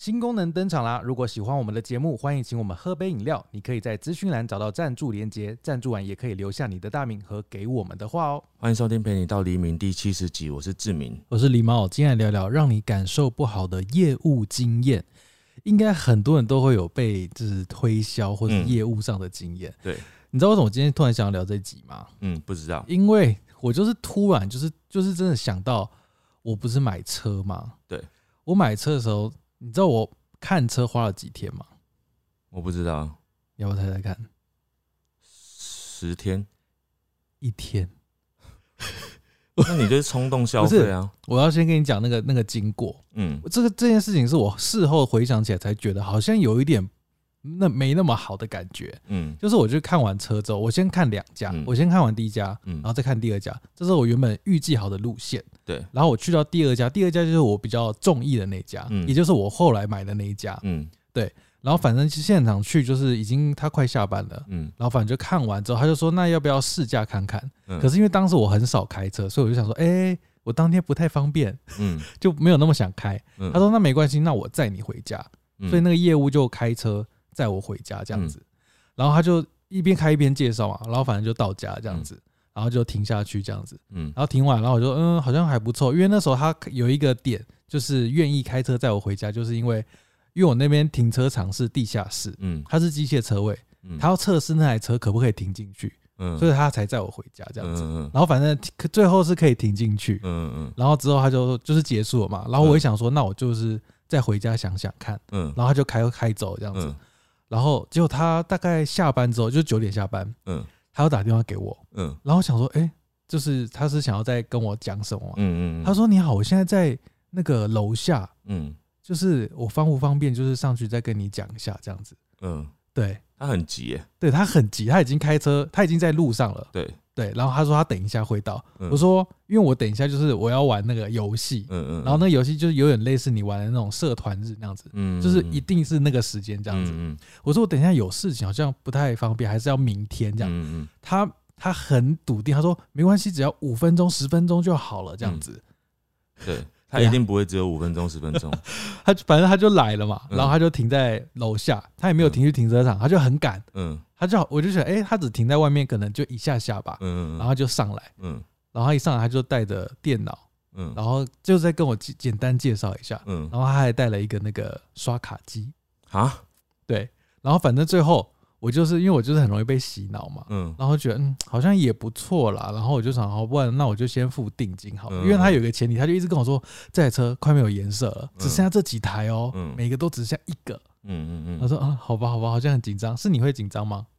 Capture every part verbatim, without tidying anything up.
新功能登场啦！如果喜欢我们的节目，欢迎请我们喝杯饮料。你可以在资讯栏找到赞助连结，赞助完也可以留下你的大名和给我们的话哦。 欢迎收听《陪你到黎明》第七十集，我是志明， 我是狸猫。今天来聊聊让你感受不好的业务经验。应该很多人都会有被就是推销或是业务上的经验、嗯。 对， 你知道为什么我今天突然想要聊这一集吗？ 嗯，不知道， 因为我就是突然就是就是真的想到，我不是买车吗？ 对， 我买车的时候，你知道我看车花了几天吗？ 我不知道， 要不要猜猜看？ 十天， 一天。 那你就是冲动消费啊！ 我要先跟你讲那个那个经过。嗯，这个这件事情是我事后回想起来才觉得好像有一点那没那么好的感觉。嗯，就是我就看完车之后，我先看两家、嗯，我先看完第一家，嗯，然后再看第二家，这是我原本预计好的路线。 对， 然后我去到第二家，第二家就是我比较中意的那家、嗯，也就是我后来买的那一家。嗯，对。然后反正现场去就是已经他快下班了，嗯，然后反正就看完之后，他就说那要不要试驾看看？嗯、可是因为当时我很少开车，所以我就想说，哎、欸，我当天不太方便，嗯，就没有那么想开。嗯、他说那没关系，那我载你回家、嗯。所以那个业务就开车载我回家这样子、嗯，然后他就一边开一边介绍嘛，然后反正就到家这样子，嗯、然后就停下去这样子，嗯，然后停完，然后我就嗯好像还不错，因为那时候他有一个点就是愿意开车载我回家，就是因为。因为我那边停车场是地下室，嗯，它是机械车位，嗯，他要测试那台车可不可以停进去，嗯，所以他才载我回家这样子，嗯嗯，然后反正最后是可以停进去，嗯嗯，然后之后他就就是结束了嘛，然后我也想说，那我就是再回家想想看，嗯，然后他就开开走这样子，然后结果他大概下班之后就九点下班，嗯，他要打电话给我，嗯，然后想说，哎、欸，就是他是想要再跟我讲什么，嗯嗯，他说你好，我现在在那个楼下，嗯。就是我方不方便，就是上去再跟你讲一下这样子。嗯，对， 他很急耶， 对他很急，他已经开车，他已经在路上了。 对对，然后他说他等一下会到。嗯、我说因为我等一下就是我要玩那个游戏，嗯嗯，然后那个游戏就是有点类似你玩的那种社团日那样子，嗯，就是一定是那个时间这样子。嗯嗯，我说我等一下有事情，好像不太方便，还是要明天这样。嗯嗯，他他很笃定，他说没关系，只要五分钟、十分钟就好了这样子。 嗯、对。他一定不会只有五分钟、十分钟， 他反正他就来了嘛，然后他就停在楼下，他也没有停去停车场，他就很赶，嗯，他就我就想，哎、欸，他只停在外面，可能就一下下吧，嗯，然后他就上来，嗯，然后他一上来他就带着电脑，嗯，然后就再跟我简单介绍一下，嗯，然后他还带了一个那个刷卡机啊，对，然后反正最后。我就是因为我就是很容易被洗脑嘛，嗯，然后觉得嗯好像也不错啦，然后我就想好，不然那我就先付定金好了，嗯、因为他有一个前提，他就一直跟我说这台车快没有颜色了，只剩下这几台哦、喔嗯，每个都只剩下一个，嗯嗯嗯，他说啊好吧好吧，好像很紧张，是你会紧张吗？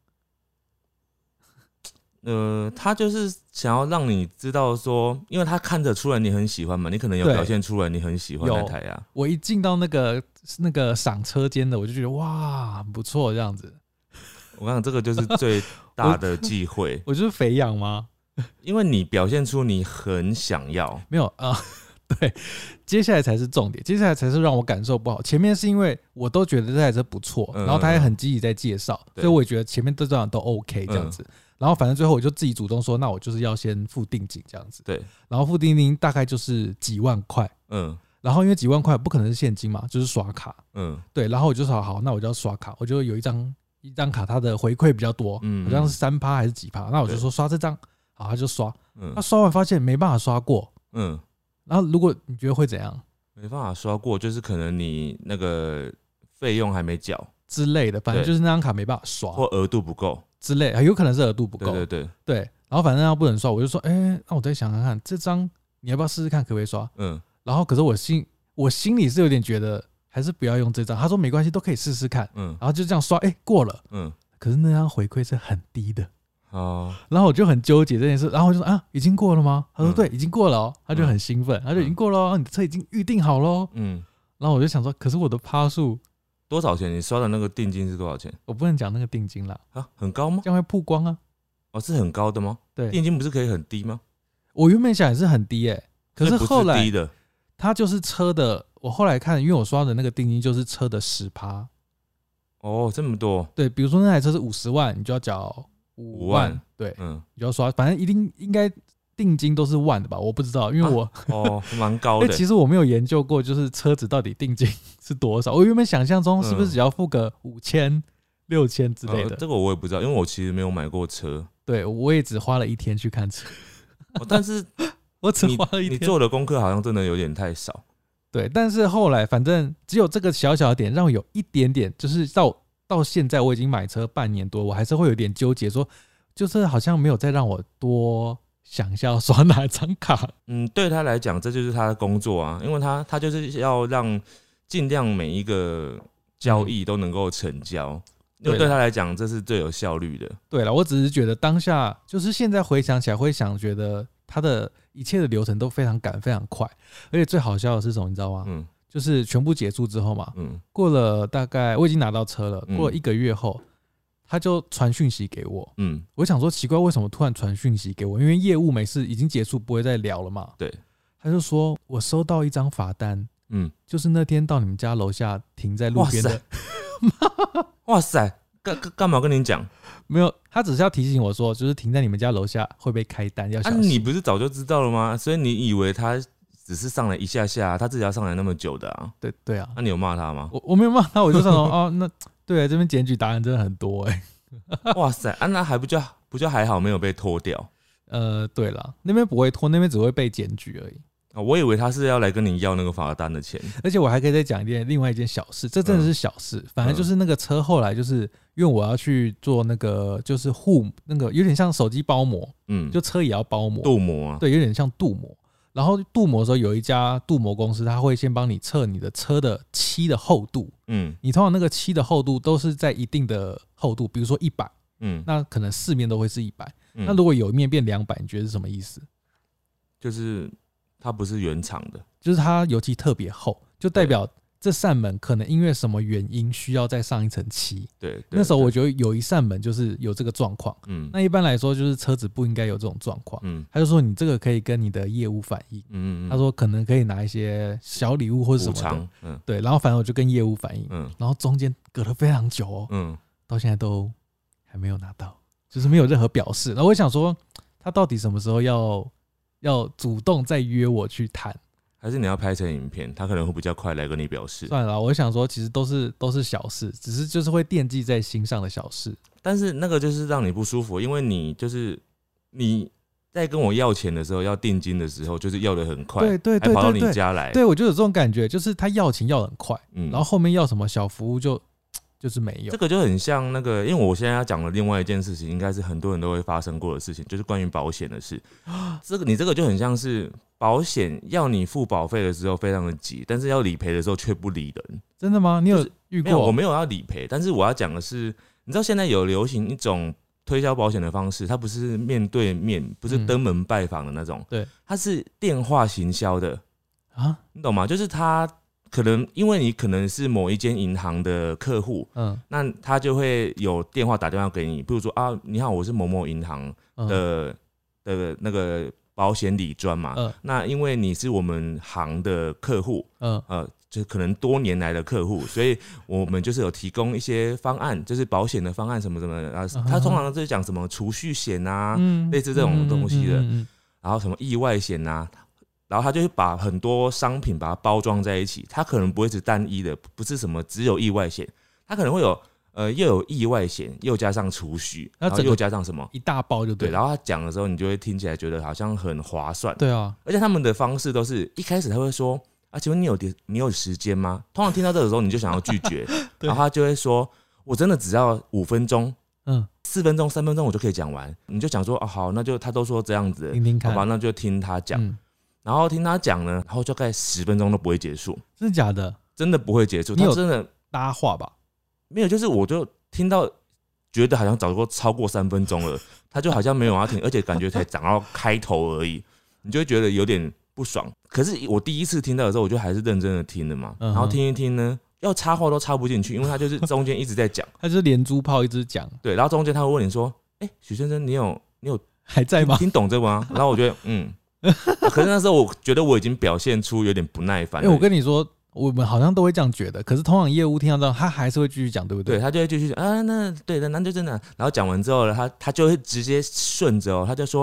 呃，他就是想要让你知道说，因为他看得出来你很喜欢嘛，你可能有表现出来你很喜欢那台呀、啊。 我一进到那个那个赏车间的，我就觉得哇很不错这样子。 我跟你讲，这个就是最大的忌讳。 我, 我就是肥羊吗？ 因为你表现出你很想要， 没有啊、呃？对，接下来才是重点，接下来才是让我感受不好。前面是因为我都觉得这台车不错，然后他也很积极在介绍、嗯，所以我也觉得前面这段都 OK 这样子。嗯、然后反正最后我就自己主动说，那我就是要先付定金这样子。对，然后付定金大概就是几万块。嗯。然后因为几万块不可能是现金嘛，就是刷卡。嗯。对，然后我就说好，那我就要刷卡，我就有一张。一张卡，它的回馈比较多，嗯，好像是三趴还是几趴？那我就说刷这张，好，他就刷，嗯，他刷完发现没办法刷过，嗯，然后如果你觉得会怎样？ 没办法刷过，就是可能你那个费用还没缴之类的，反正就是那张卡没办法刷， 或额度不够之类，有可能是额度不够， 对对对对，然后反正他不能刷，我就说，哎、欸，那我再想想看，这张你要不要试试看可不可以刷？嗯，然后可是我心我心里是有点觉得。还是不要用这张，他说没关系，都可以试试看。嗯，然后就这样刷，哎、欸，过了。嗯，可是那张回馈是很低的。哦，然后我就很纠结这件事，然后我就说啊，已经过了吗？他说对，已经过了哦。他就很兴奋，他就已经过了哦，你的车已经预定好咯。嗯，然后我就想说，可是我的趴数多少钱？你刷的那个定金是多少钱？ 我不能讲那个定金啦。 啊，很高吗？ 这样会曝光啊。 哦，是很高的吗？对，定金不是可以很低吗？ 我原本想也是很低诶、欸，可是后来不是低的， 他就是车的。我后来看，因为我刷的那个定金就是车的十趴， 哦，这么多。 对，比如说那台车是五十万，你就要缴五万，对，嗯，你就要刷，反正一定应该定金都是万的吧？我不知道，因为我、啊、 哦蛮高的。 其实我没有研究过，就是车子到底定金是多少。我原本想象中是不是只要付个五千、六千之类的、 呃？这个我也不知道，因为我其实没有买过车。 对，我也只花了一天去看车。 哦、但是我只花了一天， 你做的功课好像真的有点太少。 对，但是后来反正只有这个小小的点，让我有一点点，就是到到现在我已经买车半年多，我还是会有点纠结，说就是好像没有再让我多想一下要刷哪张卡。 嗯，对他来讲，这就是他的工作啊，因为他他就是要让尽量每一个交易都能够成交。嗯，因为对他来讲，这是最有效率的。 对了，我只是觉得当下就是现在回想起来，会想觉得他的一切的流程都非常赶、非常快，而且最好笑的是什么，你知道吗？嗯，就是全部结束之后嘛，嗯，过了大概我已经拿到车了，过了一个月后，他就传讯息给我，嗯，我想说奇怪，为什么突然传讯息给我？因为业务没事已经结束，不会再聊了嘛。 对， 他就说我收到一张罚单，嗯，就是那天到你们家楼下停在路边的。 哇塞，干干嘛跟你讲？ 没有，他只是要提醒我说，就是停在你们家楼下会被开单，要小心。 啊，你不是早就知道了吗？所以你以为他只是上来一下下，他自己要上来那么久的啊？ 对对啊。 那、啊、你有骂他吗？ 我我没有骂他，我就想说哦，那对、啊，这边检举答案真的很多哎、 欸。哇塞，啊，那还不就不就还好，没有被拖掉。 呃，对了，那边不会拖，那边只会被检举而已。 我以为他是要来跟你要那个罚单的钱， 而且我还可以再讲一件另外一件小事，这真的是小事。嗯、反正就是那个车后来就是因为我要去做那个就是护那个有点像手机包膜，嗯，就车也要包膜镀膜啊， 对，有点像镀膜。然后镀膜的时候有一家镀膜公司，他会先帮你测你的车的漆的厚度，嗯，你通常那个漆的厚度都是在一定的厚度，比如说一百，嗯，那可能四面都会是一百、嗯，那如果有一面变两百，你觉得是什么意思？ 就是它不是原厂的， 就是它油漆特别厚，就代表这扇门可能因为什么原因需要再上一层漆。 对，对， 那时候我觉得有一扇门就是有这个状况。嗯，那一般来说就是车子不应该有这种状况。嗯，他就说你这个可以跟你的业务反映。嗯嗯，他说可能可以拿一些小礼物或者什么的。嗯，对，然后反正我就跟业务反映。嗯，然后中间隔了非常久哦。嗯，到现在都还没有拿到，就是没有任何表示。然后我想说，他到底什么时候要要主动再约我去谈？ 还是你要拍成影片，他可能会比较快来跟你表示。 算了啦，我想说其实都是都是小事，只是就是会惦记在心上的小事。 但是那个就是让你不舒服，因为你就是你在跟我要钱的时候，要定金的时候，就是要得很快， 对对对， 还跑到你家来。 对，我就有这种感觉，就是他要钱要得很快，嗯，然后后面要什么小服务就就是没有。 这个就很像那个，因为我现在要讲的另外一件事情，应该是很多人都会发生过的事情，就是关于保险的事。这个你这个就很像是。保险要你付保费的时候非常的急，但是要理赔的时候却不理人。 真的吗？你有遇过？ 没有，我没有要理赔，但是我要讲的是，你知道现在有流行一种推销保险的方式，它不是面对面，不是登门拜访的那种，对、嗯，它是电话行销的啊，你懂吗？就是他可能因为你可能是某一间银行的客户，嗯，那他就会有电话打电话给你，比如说啊，你好，我是某某银行的、嗯、的那个。保险理专嘛、呃，那因为你是我们行的客户，呃呃，就可能多年来的客户，所以我们就是有提供一些方案，就是保险的方案什么什么的啊。他通常就是讲什么储蓄险啊、嗯，类似这种东西的，嗯嗯嗯嗯、然后什么意外险啊，然后他就会把很多商品把它包装在一起，他可能不会是单一的，不是什么只有意外险，他可能会有。呃，又有意外险，又加上储蓄，然后又加上什么一大包就 对, 对。然后他讲的时候，你就会听起来觉得好像很划算。 对啊， 而且他们的方式都是一开始他会说啊，请问你有你有时间吗？通常听到这个时候你就想要拒绝，然后他就会说，我真的只要五分钟，嗯，四分钟、三分钟我就可以讲完。你就讲说啊，好，那就他都说这样子， 听听看， 好吧，那就听他讲、嗯。然后听他讲呢，然后大概十分钟都不会结束。 真的假的？ 真的不会结束。他真的搭话吧？ 没有，就是我就。听到觉得好像早过超过三分钟了，他就好像没有要停，而且感觉才讲到开头而已，你就会觉得有点不爽。可是我第一次听到的时候，我就还是认真的听了嘛，然后听一听呢，要插话都插不进去，因为他就是中间一直在讲， 他就是连珠炮一直讲。 对，然后中间他会问你说：“哎、欸，许先生，你有你有还在吗？ 听懂这吗？”然后我觉得嗯，可是那时候我觉得我已经表现出有点不耐烦。 因为我跟你说。我们好像都会这样觉得，可是通常业务听到这样，他还是会继续讲，对不对？ 对，他就会继续讲啊，那对的，那就真的。然后讲完之后呢，他他就会直接顺着哦，他就说，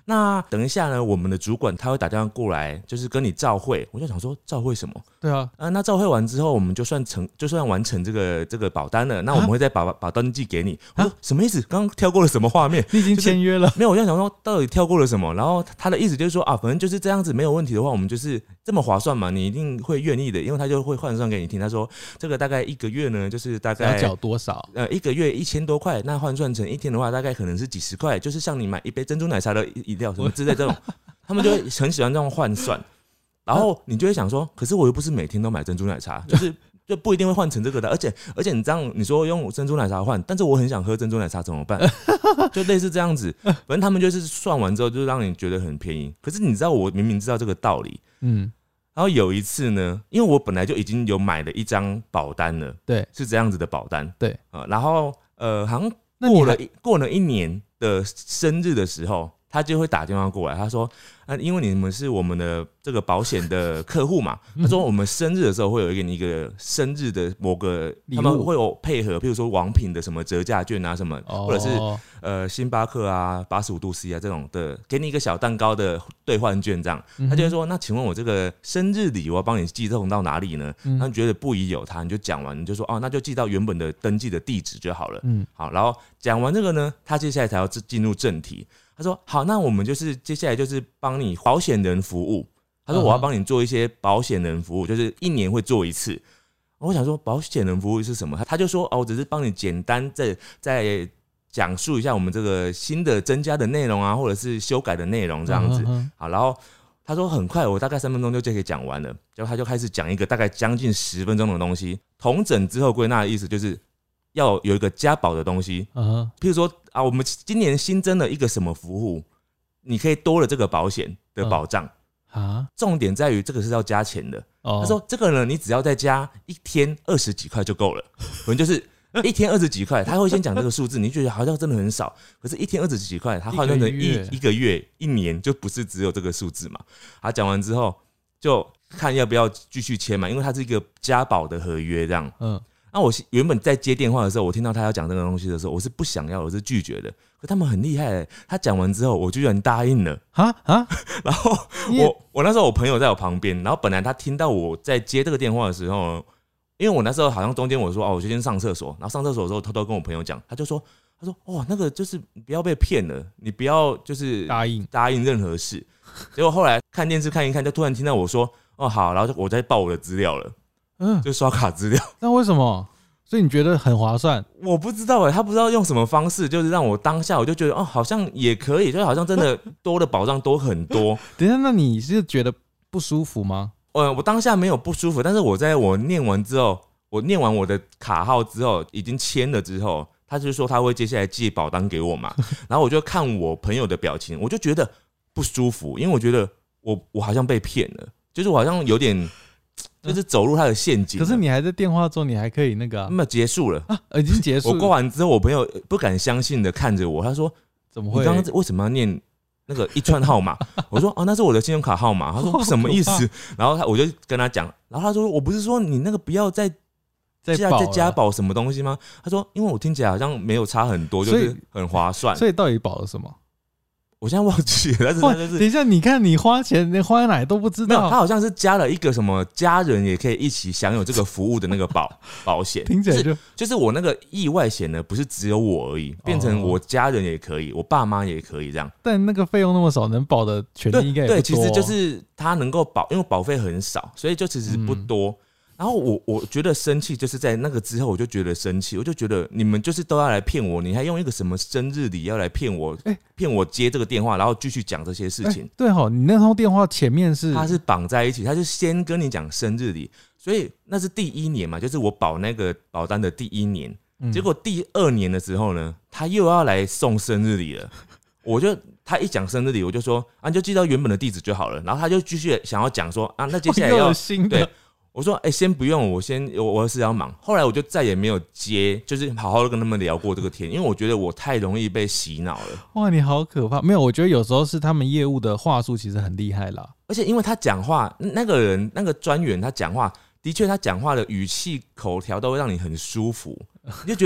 那等一下呢，我们的主管他会打电话过来，就是跟你照会。我就想说照会什么？ 对啊， 啊，那照会完之后，我们就算成就算完成这个这个保单了，那我们会再把把登记给你。我说什么意思？刚刚跳过了什么画面？ 你已经签约了？ 就是、没有，我就想说到底跳过了什么？然后他的意思就是说啊，反正就是这样子没有问题的话，我们就是这么划算嘛，你一定会愿意的，因为他就会换算给你听。他说这个大概一个月呢，就是大概要缴多少？ 呃，一个月一千多块，那换算成一天的话，大概可能是几十块，就是像你买一杯珍珠奶茶的饮料什么之类这种，他们就会很喜欢这样换算。然后你就会想说，可是我又不是每天都买珍珠奶茶，就是就不一定会换成这个的。而且而且你这样你说用珍珠奶茶换，但是我很想喝珍珠奶茶怎么办？就类似这样子，反正他们就是算完之后，就让你觉得很便宜。可是你知道，我明明知道这个道理，嗯。然后有一次呢，因为我本来就已经有买了一张保单了， 对， 是这样子的保单， 对啊、呃，然后呃，好像过了过了一年的生日的时候，他就会打电话过来，他说，啊，因为你们是我们的这个保险的客户嘛，他说我们生日的时候会有一个一个生日的某个，他们会有配合，譬如说王品的什么折价券啊什么，哦、或者是呃星巴克啊、八十五度 C 啊这种的，给你一个小蛋糕的兑换券这样，他就会说，那请问我这个生日礼我要帮你寄送到哪里呢？嗯、那你觉得不疑有他，你就讲完，你就说哦，那就寄到原本的登记的地址就好了。嗯，好，然后讲完这个呢，他接下来才要进入正题。他说好，那我们就是接下来就是帮你保险人服务。他说我要帮你做一些保险人服务，就是一年会做一次。我想说保险人服务是什么？他就说哦，我只是帮你简单再再讲述一下我们这个新的增加的内容啊，或者是修改的内容这样子。好，然后他说很快，我大概三分钟就就可以讲完了。然后他就开始讲一个大概将近十分钟的东西，统整之后归纳的意思就是。要有一个加保的东西， uh-huh. 譬如说啊，我们今年新增了一个什么服务，你可以多了这个保险的保障啊。Uh-huh. 重点在于这个是要加钱的。Uh-huh. 他说这个呢，你只要再加一天二十几块就够了，可能就是一天二十几块，他会先讲这个数字，你觉得好像真的很少，可是一天二十几块，他换算成一一个月、一年就不是只有这个数字嘛。他讲完之后，就看要不要继续签嘛，因为它是一个加保的合约这样。嗯。那我原本在接电话的时候，我听到他要讲这个东西的时候，我是不想要，我是拒绝的。可他们很厉害、欸，他讲完之后，我居然答应了啊啊！然后我我那时候我朋友在我旁边，然后本来他听到我在接这个电话的时候，因为我那时候好像中间我说哦，我就先上厕所，然后上厕所的时候偷偷跟我朋友讲，他就说他说哇，那个就是你不要被骗了，你不要就是答应答应任何事。结果后来看电视看一看，就突然听到我说哦好，然后我在报我的资料了。嗯，就刷卡资料。 那为什么？所以你觉得很划算？ 我不知道哎、欸，他不知道用什么方式，就是让我当下我就觉得哦，好像也可以，就好像真的多的保障多很多。 等一下，那你是觉得不舒服吗？ 呃，我当下没有不舒服，但是我在我念完之后，我念完我的卡号之后，已经签了之后，他就说他会接下来寄保单给我嘛，然后我就看我朋友的表情，我就觉得不舒服，因为我觉得我我好像被骗了，就是我好像有点。就是走入他的陷阱。 可是你还在电话中，你还可以那个、啊？ 那么结束了啊，已经结束了。 我挂完之后，我朋友不敢相信的看着我，他说：“ 怎么会？ 你刚刚为什么要念那个一串号码？”我说：“哦，那是我的信用卡号码。”他说：“什么意思？”然后他我就跟他讲，然后他说：“我不是说你那个不要再再再加保什么东西吗？”他说：“因为我听起来好像没有差很多，就是很划算。” 所以到底保了什么？ 我现在忘记了，但是他就是。 等一下，你看你花钱，你花在哪里都不知道。 他好像是加了一个什么家人也可以一起享有这个服务的那个保保险， 听起来就、 就是、就是我那个意外险呢，不是只有我而已，变成我家人也可以，我爸妈也可以这样。 但那个费用那么少，能保的权利应该也不多。 对，其实就是他能够保，因为保费很少，所以就其实不多。嗯然后我我觉得生气，就是在那个之后，我就觉得生气，我就觉得你们就是都要来骗我，你还用一个什么生日礼要来骗我，骗、欸、我接这个电话，然后继续讲这些事情。欸、 对齁，你那通电话前面是他是绑在一起，他就先跟你讲生日礼，所以那是第一年嘛，就是我保那个保单的第一年，嗯、结果第二年的时候呢，他又要来送生日礼了，我就。他一讲生日礼，我就说啊，你就寄到原本的地址就好了。然后他就继续想要讲说啊，那接下来要新的对。我说：“哎、欸，先不用，我先我我是要忙。”后来我就再也没有接，就是好好的跟他们聊过这个天，因为我觉得我太容易被洗脑了。 哇，你好可怕！没有，我觉得有时候是他们业务的话术其实很厉害啦。 而且因为他讲话，那个人那个专员他讲话，的确他讲话的语气口条都会让你很舒服，你就觉得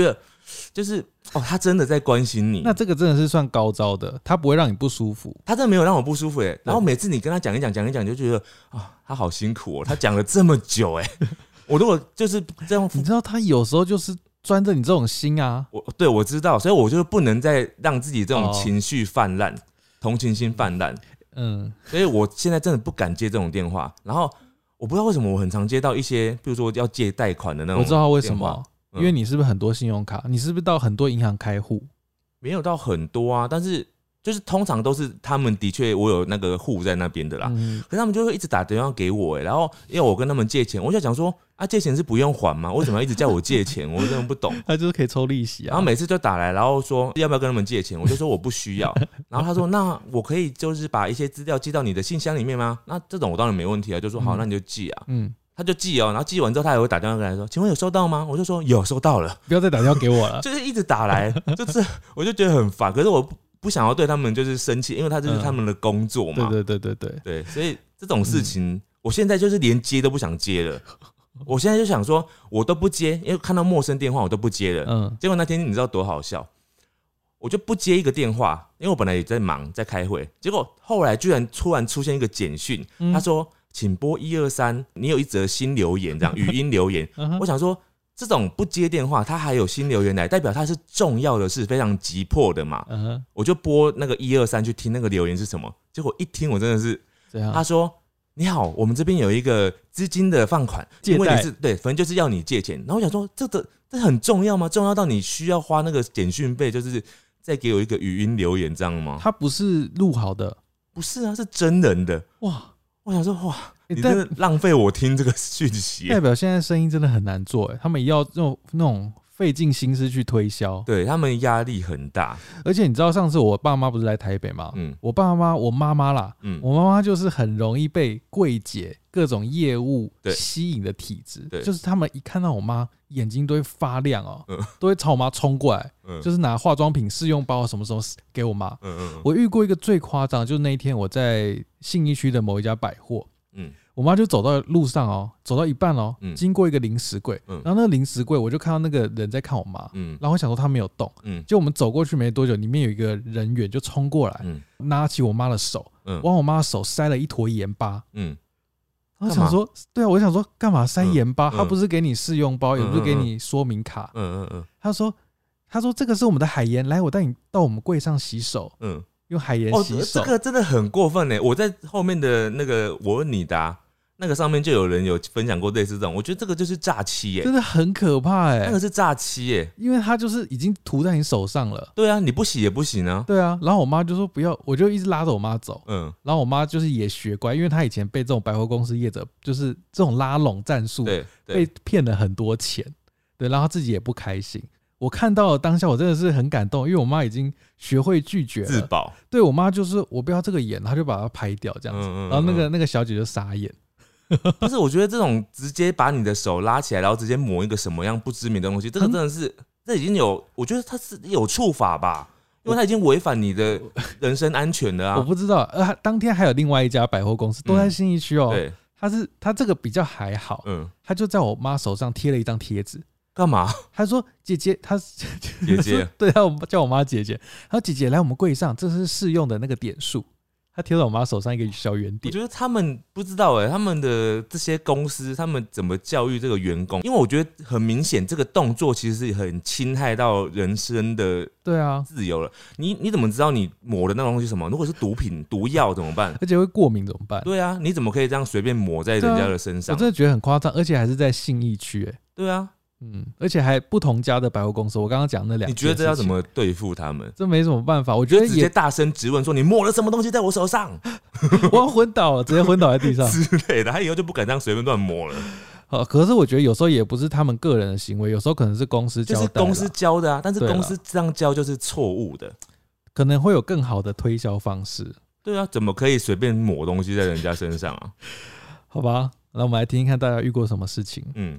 就是哦，他真的在关心你。 那这个真的是算高招的，他不会让你不舒服。 他真的没有让我不舒服哎。然后每次你跟他讲一讲讲一讲，就觉得啊、哦，他好辛苦哦，他讲了这么久哎。我如果就是这样， 你知道他有时候就是钻着你这种心啊。 我对我知道，所以我就不能再让自己这种情绪泛滥、哦，同情心泛滥。嗯，所以我现在真的不敢接这种电话。然后我不知道为什么我很常接到一些，比如说要借贷款的那种。 我知道为什么。因为你是不是很多信用卡？你是不是到很多银行开户？ 没有到很多啊，但是就是通常都是他们的确我有那个户在那边的啦，嗯、可是他们就会一直打电话给我、欸，然后因为我跟他们借钱，我就想说啊，借钱是不用还吗？为什么要一直叫我借钱？我真的不懂。 他就是可以抽利息啊。 然后每次就打来，然后说要不要跟他们借钱，我就说我不需要。然后他说那我可以就是把一些资料寄到你的信箱里面吗？那这种我当然没问题啊，就说好，那你就寄啊。嗯。他就寄哦，然后寄完之后，他也会打电话过来说：“请问有收到吗？”我就说：“有收到了。” 不要再打电话给我了， 就是一直打来，就是我就觉得很烦。可是我不不想要对他们就是生气，因为他就是他们的工作嘛。 嗯、对对对对对对，所以这种事情、嗯，我现在就是连接都不想接了。我现在就想说，我都不接，因为看到陌生电话我都不接了。嗯，结果那天你知道多好笑？我就不接一个电话，因为我本来也在忙，在开会。结果后来居然突然出现一个简讯，嗯、他说。请拨一二三，你有一则新留言，这样语音留言。我想说，这种不接电话，他还有新留言来，代表他是重要的事，非常急迫的嘛。我就拨那个一二三去听那个留言是什么。结果一听，我真的是，他说：“你好，我们这边有一个资金的放款，因为你是对，反正就是要你借钱。”然后我想说，这个这很重要吗？重要到你需要花那个简讯费，就是再给我一个语音留言这样吗？ 他不是录好的， 不是啊，是真人的哇。我想说，哇，你真的浪费我听这个讯息， 代表现在生意真的很难做哎，他们要那种那种费尽心思去推销， 对他们压力很大。 而且你知道上次我爸妈不是来台北吗？嗯，我爸妈，我妈妈啦，嗯，我妈妈就是很容易被柜姐各种业务吸引的体质，就是他们一看到我妈眼睛都会发亮哦、喔嗯，都会朝我妈冲过来、嗯，就是拿化妆品试用包什么什么给我妈。嗯嗯，我遇过一个最夸张，就是那一天我在信义区的某一家百货，嗯，我妈就走到路上哦、喔，走到一半哦、喔嗯，经过一个零食柜、嗯，然后那个零食柜我就看到那个人在看我妈，嗯，然后我想说他没有动，嗯，就我们走过去没多久，里面有一个人员就冲过来，嗯，拿起我妈的手，嗯，往我妈的手塞了一坨盐巴，嗯。我想说，对啊，我想说，干嘛塞盐巴、嗯？他不是给你试用包，嗯、也不是给你说明卡。嗯嗯嗯。他说，他说这个是我们的海盐，来，我带你到我们柜上洗手。嗯，用海盐洗手、 哦。这个真的很过分呢！我在后面的那个我问你答、啊、那个上面就有人有分享过类似这种，我觉得这个就是诈欺耶， 真的很可怕哎， 那个是诈欺耶， 因为他就是已经涂在你手上了。 对啊，你不洗也不行啊。 对啊，然后我妈就说不要，我就一直拉着我妈走。嗯，然后我妈就是也学乖，因为她以前被这种百货公司业者就是这种拉拢战术，对，被骗了很多钱。对，然后她自己也不开心。我看到了当下，我真的是很感动，因为我妈已经学会拒绝了， 自保。 对，我妈就是我不要这个盐，她就把它拍掉这样子。嗯嗯嗯，然后那个那个小姐就傻眼。 但是我觉得这种直接把你的手拉起来，然后直接抹一个什么样不知名的东西，这个真的是，这已经有，我觉得它是有触法吧，因为它已经违反你的人身安全了啊。 我不知道，呃，当天还有另外一家百货公司都在信义区哦，对，他是他这个比较还好，嗯，他就在我妈手上贴了一张贴纸， 干嘛？ 他说姐姐，他姐姐， 对，他叫我妈姐姐，他说姐姐来我们柜上，这是试用的那个点数。他贴到我妈手上一个小圆点。 我觉得他们不知道哎、欸，他们的这些公司，他们怎么教育这个员工？因为我觉得很明显，这个动作其实是很侵害到人身的对啊自由了。啊、你你怎么知道你抹的那种东西是什么？如果是毒品、毒药怎么办？ 而且会过敏怎么办？ 对啊，你怎么可以这样随便抹在人家的身上？ 我真的觉得很夸张，而且还是在信义区哎。 对啊。 嗯，而且还不同家的百货公司，我刚刚讲那两， 你觉得这要怎么对付他们？ 这没什么办法，我觉得也直接大声质问说：“你抹了什么东西在我手上？” 我要昏倒了，直接昏倒在地上之类的。他以后就不敢这样随便乱抹了。 好，可是我觉得有时候也不是他们个人的行为，有时候可能是公司教的， 就是公司教的啊。但是公司这样教就是错误的， 可能会有更好的推销方式。 对啊，怎么可以随便抹东西在人家身上啊？ 好吧，那我们来听听看大家遇过什么事情。嗯。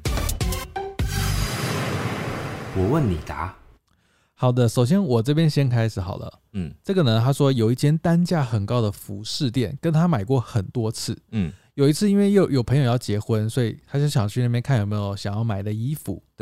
我问你答。 好的，首先我这边先开始好了。嗯，这个呢，他说有一间单价很高的服饰店，跟他买过很多次。嗯，有一次因为有有朋友要结婚，所以他就想去那边看有没有想要买的衣服。 对，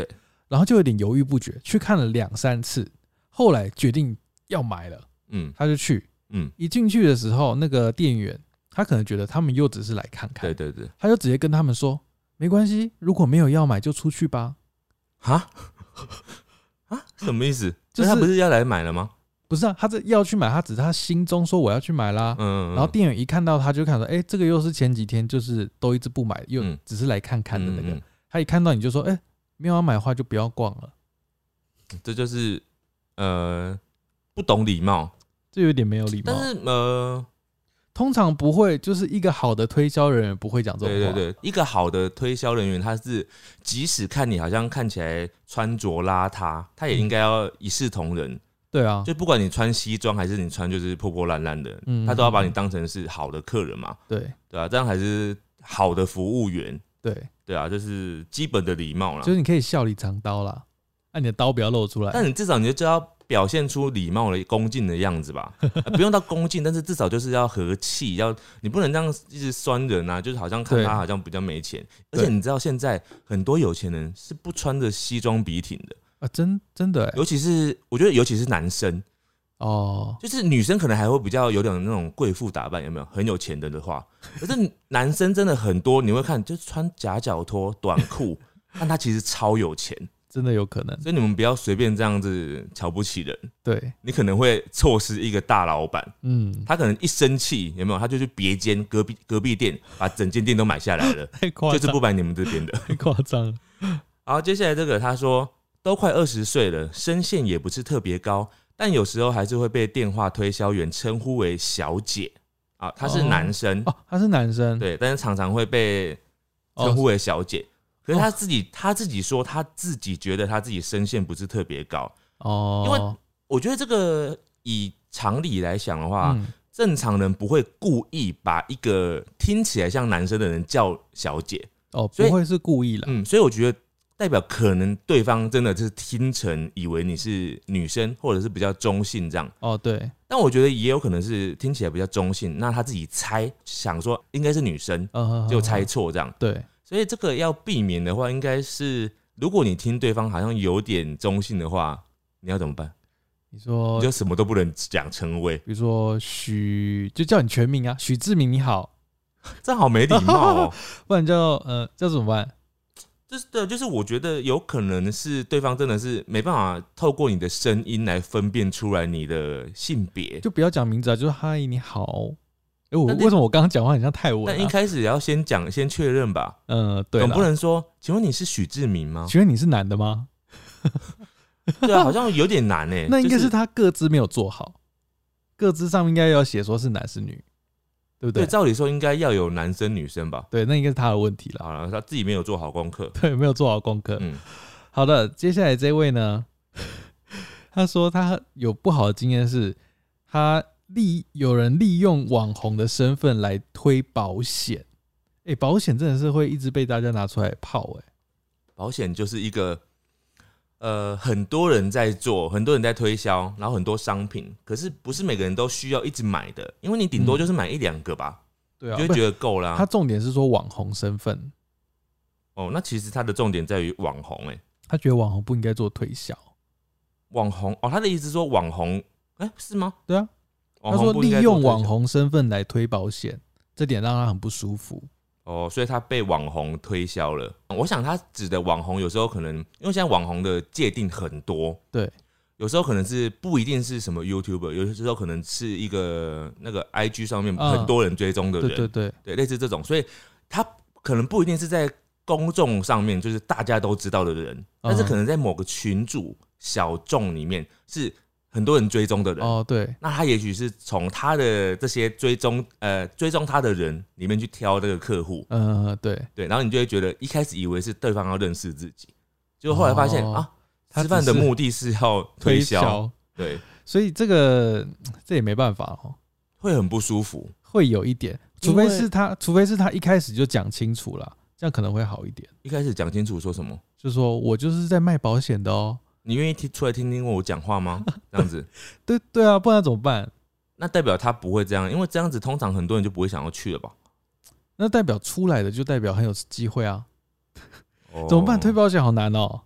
然后就有点犹豫不决，去看了两三次，后来决定要买了。嗯，他就去，嗯，一进去的时候，那个店员他可能觉得他们又只是来看看， 对对对， 他就直接跟他们说，没关系，如果没有要买就出去吧。 哈啊，什么意思？就是他不是要来买了吗？ 不是啊，他这要去买，他只是他心中说我要去买啦。嗯，然后店员一看到他就看说，哎、欸，这个又是前几天就是都一直不买，又只是来看看的那个。嗯嗯嗯，他一看到你就说，哎、欸，没有要买的话就不要逛了。 这就是呃不懂礼貌。 这有点没有礼貌， 但是呃， 通常不会，就是一个好的推销人员不会讲这种话。 对对对，一个好的推销人员，他是即使看你好像看起来穿着邋遢，他也应该要一视同仁。嗯、 对啊， 就不管你穿西装还是你穿就是破破烂烂的，嗯、他都要把你当成是好的客人嘛。 对对啊，这样还是好的服务员。 对对啊，就是基本的礼貌啦。 就是你可以笑里藏刀啦，那、啊、你的刀不要露出来。 但你至少你就知道。表现出礼貌的恭敬的样子吧，不用到恭敬，但是至少就是要和气，要你不能这样一直酸人啊，就是好像看他好像比较没钱，而且你知道现在很多有钱人是不穿着西装笔挺的啊，真真的、欸， 尤其是我觉得尤其是男生哦， 就是女生可能还会比较有点那种贵妇打扮，有没有很有钱的的话，可是男生真的很多，你会看就是穿夹脚拖、短裤，但他其实超有钱。 真的有可能， 所以你们不要随便这样子瞧不起人。 对， 你可能会错失一个大老板。嗯，他可能一生气，有没有？他就去别间隔壁隔壁店，把整间店都买下来了， 太夸张， 就是不买你们这边的， 太夸张了。 好，接下来这个他说，都快二十岁了，声线也不是特别高，但有时候还是会被电话推销员称呼为小姐啊。他是男生哦, 哦，他是男生， 对，但是常常会被称呼为小姐。哦，可是他自己，他自己说，他自己觉得他自己声线不是特别高哦，因为我觉得这个以常理来想的话，嗯、正常人不会故意把一个听起来像男生的人叫小姐哦，不会是故意啦。 嗯，所以我觉得代表可能对方真的是听成以为你是女生，或者是比较中性这样哦，对。 但我觉得也有可能是听起来比较中性，那他自己猜想说应该是女生，哦、就猜错这样， 对。 所以这个要避免的话，应该是如果你听对方好像有点中性的话，你要怎么办？ 你说你就什么都不能讲称谓， 比如说许，就叫你全名啊，许志明你好， 这好没礼貌哦。 不然叫呃叫怎么办？ 就是对，就是我觉得有可能是对方真的是没办法透过你的声音来分辨出来你的性别， 就不要讲名字啊，就是嗨你好。哎、欸，我为什么我刚刚讲话很像泰文、啊？ 但一开始也要先讲，先确认吧。 嗯，对， 总不能说，请问你是许志明吗？ 请问你是男的吗？ 对啊，好像有点难哎。 那应该是他个资没有做好，个资上应该要写说是男是女，对不对？ 对，照理说应该要有男生女生吧？ 对，那应该是他的问题了。 好了，他自己没有做好功课。 对，没有做好功课。嗯，好的，接下来这位呢，他说他有不好的经验是，他。利有人利用网红的身份来推保险，哎、欸，保险真的是会一直被大家拿出来泡、欸，哎， 保险就是一个呃很多人在做，很多人在推销，然后很多商品，可是不是每个人都需要一直买的，因为你顶多就是买一两个吧， 对啊， 就会觉得够啦。 他重点是说网红身份， 哦，那其实他的重点在于网红、欸，哎， 他觉得网红不应该做推销， 网红哦，他的意思是说网红，哎、欸，是吗？ 对啊。他说利用网红身份来推保险，这点让他很不舒服。 哦，所以他被网红推销了。我想他指的网红有时候可能，因为现在网红的界定很多， 对， 有时候可能是不一定是什么 YouTuber， 有时候可能是一个那个 I G 上面很多人追踪的人， 嗯、对对对对，类似这种，所以他可能不一定是在公众上面就是大家都知道的人，但是可能在某个群组小众里面是。很多人追踪的人哦，对， 那他也许是从他的这些追踪呃追踪他的人里面去挑这个客户， 嗯，对对，然后你就会觉得一开始以为是对方要认识自己，结果后来发现、哦、啊，吃饭的目的是要推销，推销对， 所以这个这也没办法哦， 会很不舒服， 会有一点，除非是他，除非是他一开始就讲清楚了，这样可能会好一点。 一开始讲清楚说什么？ 就说我就是在卖保险的哦。 你愿意出来听听我讲话吗？这样子， 对对啊，不然怎么办？ 那代表他不会这样，因为这样子通常很多人就不会想要去了吧？ 那代表出来的就代表很有机会啊。哦、怎么办？推保险好难哦。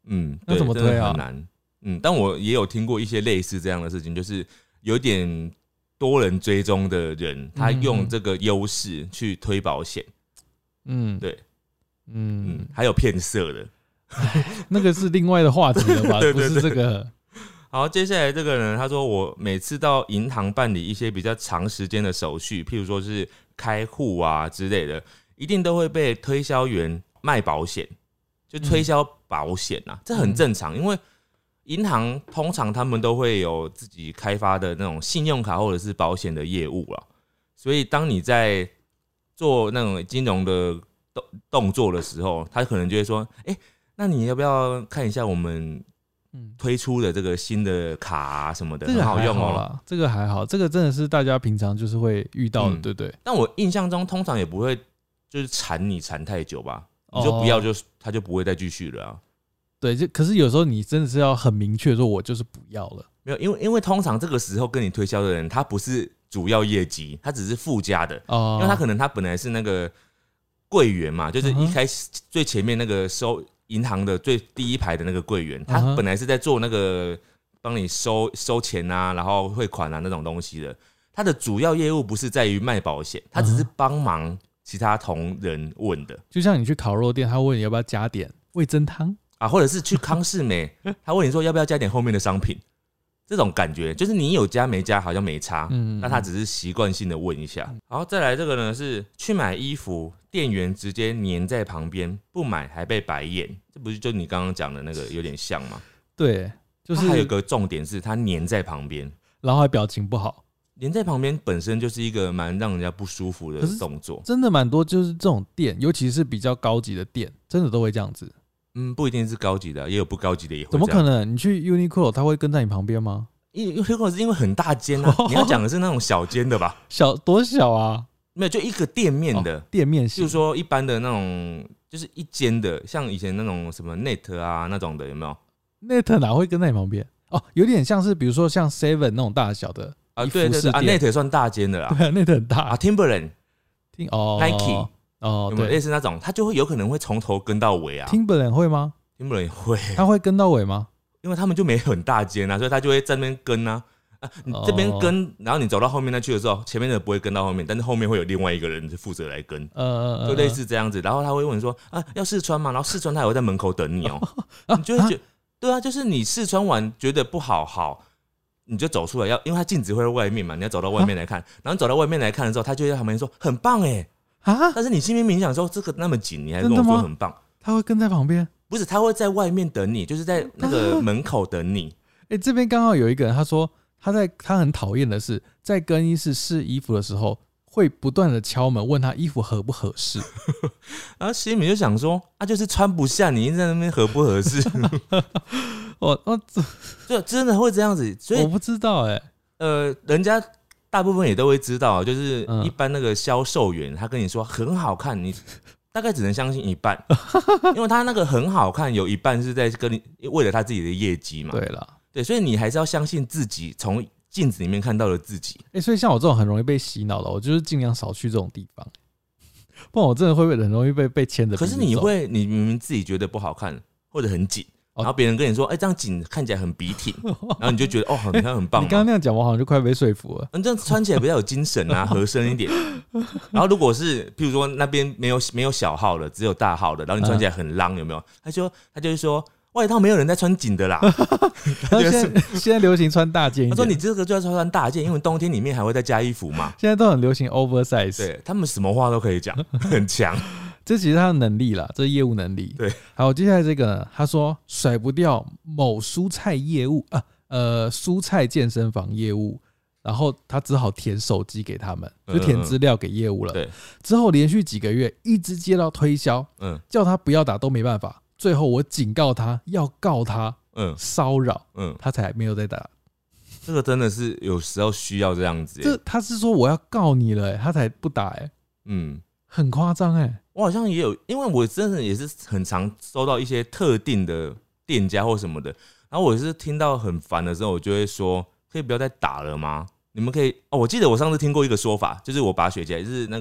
嗯， 那怎么推啊？ 很难。嗯，但我也有听过一些类似这样的事情，就是有点多人追踪的人，他用这个优势去推保险。嗯，对，嗯嗯，还有骗色的， 那个是另外的话题了吧？对对对，不是这个。 好，接下来这个人他说，我每次到银行办理一些比较长时间的手续，譬如说是开户啊之类的，一定都会被推销员卖保险，就推销保险啊，嗯、这很正常，因为银行通常他们都会有自己开发的那种信用卡或者是保险的业务啊，所以当你在做那种金融的动作的时候，他可能就会说，哎、欸，那你要不要看一下我们推出的这个新的卡啊什么的，很好用哦。 这个还好，这个真的是大家平常就是会遇到的，嗯、对不 对, 對？ 但我印象中，通常也不会就是缠你缠太久吧，你就不要就，就、哦、他就不会再继续了啊。 对，就可是有时候你真的是要很明确说，我就是不要了。 没有，因为因为通常这个时候跟你推销的人，他不是主要业绩，他只是附加的，哦、因为他可能他本来是那个柜员嘛，就是一开始最前面那个收。银行的最第一排的那个柜员，他本来是在做那个帮你收收钱啊，然后汇款啊那种东西的。他的主要业务不是在于卖保险，他只是帮忙其他同仁问的。 就像你去烤肉店，他问你要不要加点味噌汤啊，或者是去康是美，他问你说要不要加点后面的商品。这种感觉就是你有加没加好像没差，嗯，那他只是习惯性的问一下。然后再来这个呢是去买衣服，店员直接黏在旁边，不买还被白眼，这不是就你刚刚讲的那个有点像吗？ 对，就是还有个重点是他黏在旁边， 然后还表情不好。 黏在旁边本身就是一个蛮让人家不舒服的动作， 真的蛮多就是这种店，尤其是比较高级的店，真的都会这样子。 嗯，不一定是高级的，也有不高级的也会。 怎么可能？你去 Uniqlo， 他会跟在你旁边吗？ 因为 Uniqlo 是因为很大间啊，你要讲的是那种小间的吧？ 小多小啊？ 没有，就一个店面的、哦、 店面型， 就是说一般的那种，就是一间的，像以前那种什么 Net 啊那种的，有没有 ？Net 哪会跟在你旁边？哦，有点像是比如说像 Seven 那种大小的啊，对对对啊 ，Net 算大间的啦， 对 ，Net 很大啊 ，Timberland， 听哦 ，Nike 哦， 有没有类似那种？他就会有可能会从头跟到尾啊 ，Timberland 会吗 ？Timberland 会， 他会跟到尾吗？ 因为他们就没很大间啊，所以他就会在那边跟啊。啊、你这边跟、哦，然后你走到后面那去的时候，前面的不会跟到后面，但是后面会有另外一个人负责来跟，呃，就类似这样子。然后他会问你说啊，要试穿吗？然后试穿他也会在门口等你哦、喔啊，你就会觉得，对啊，就是你試穿完覺得不好，好，你就走出來，要因為它鏡子會在外面嘛，你要走到外面來看，啊、然後走到外面來看的時候，他就在旁邊說很棒哎，啊，但是你心裡面想說這個那麼緊，你還跟我說很棒， 他會跟在旁邊？ 不是，他會在外面等你，就是在那個門口等你。 哎、啊欸，這邊剛好有一個人，他說他在他很討厭的是，在更衣室試衣服的時候，會不斷的敲門，問他衣服合不合適。 然後心裡面就想說，啊，就是穿不下，你一直在那邊合不合適？ 我我就真的會這樣子，所以我不知道哎、欸， 呃，人家大部分也都會知道，就是一般那個銷售員，他跟你說很好看，你大概只能相信一半，因為他那個很好看，有一半是在跟你為了他自己的業績嘛。 對啦， 對，所以你還是要相信自己，從鏡子裡面看到的自己。 哎、欸，所以像我這種很容易被洗腦的，我就是盡量少去這種地方，不然我真的會很容易被被牽着。 可是你會，你明明自己覺得不好看或者很緊。然後別人跟你說，哎、欸，這樣緊看起來很筆挺，然後你就覺得，哦，你看很棒。 你剛剛那樣講，我好像就快被說服了。 嗯，這樣穿起來比較有精神啊，合身一點。然後如果是，譬如說那邊沒有沒有小號的，只有大號的，然後你穿起來很浪，有沒有？他說，他就會說，外套沒有人在穿緊的啦。他現在現在流行穿大件一點。 他說你這個就要穿大件，因為冬天裡面還會再加衣服嘛。 現在都很流行 oversize， 對，他們什麼話都可以講，很強。 這其實他的能力啦，這是業務能力。 對， 好，接下來這個呢，他說甩不掉某蔬菜業務啊，呃，蔬菜健身房業務，然後他只好填手機給他們，就填資料給業務了。對，之後連續幾個月一直接到推銷，嗯，叫他不要打都沒辦法，最後我警告他要告他，嗯，騷擾，嗯，他才沒有再打。 這個真的是有時候需要這樣子。 這他是說我要告你了、欸，他才不打、欸，嗯，很誇張哎。 我好像也有，因為我真的也是很常收到一些特定的店家或什麼的，然後我是聽到很煩的時候，我就會說，可以不要再打了嗎？你們可以哦，我記得我上次聽過一個說法，就是我把雪茄，就是那個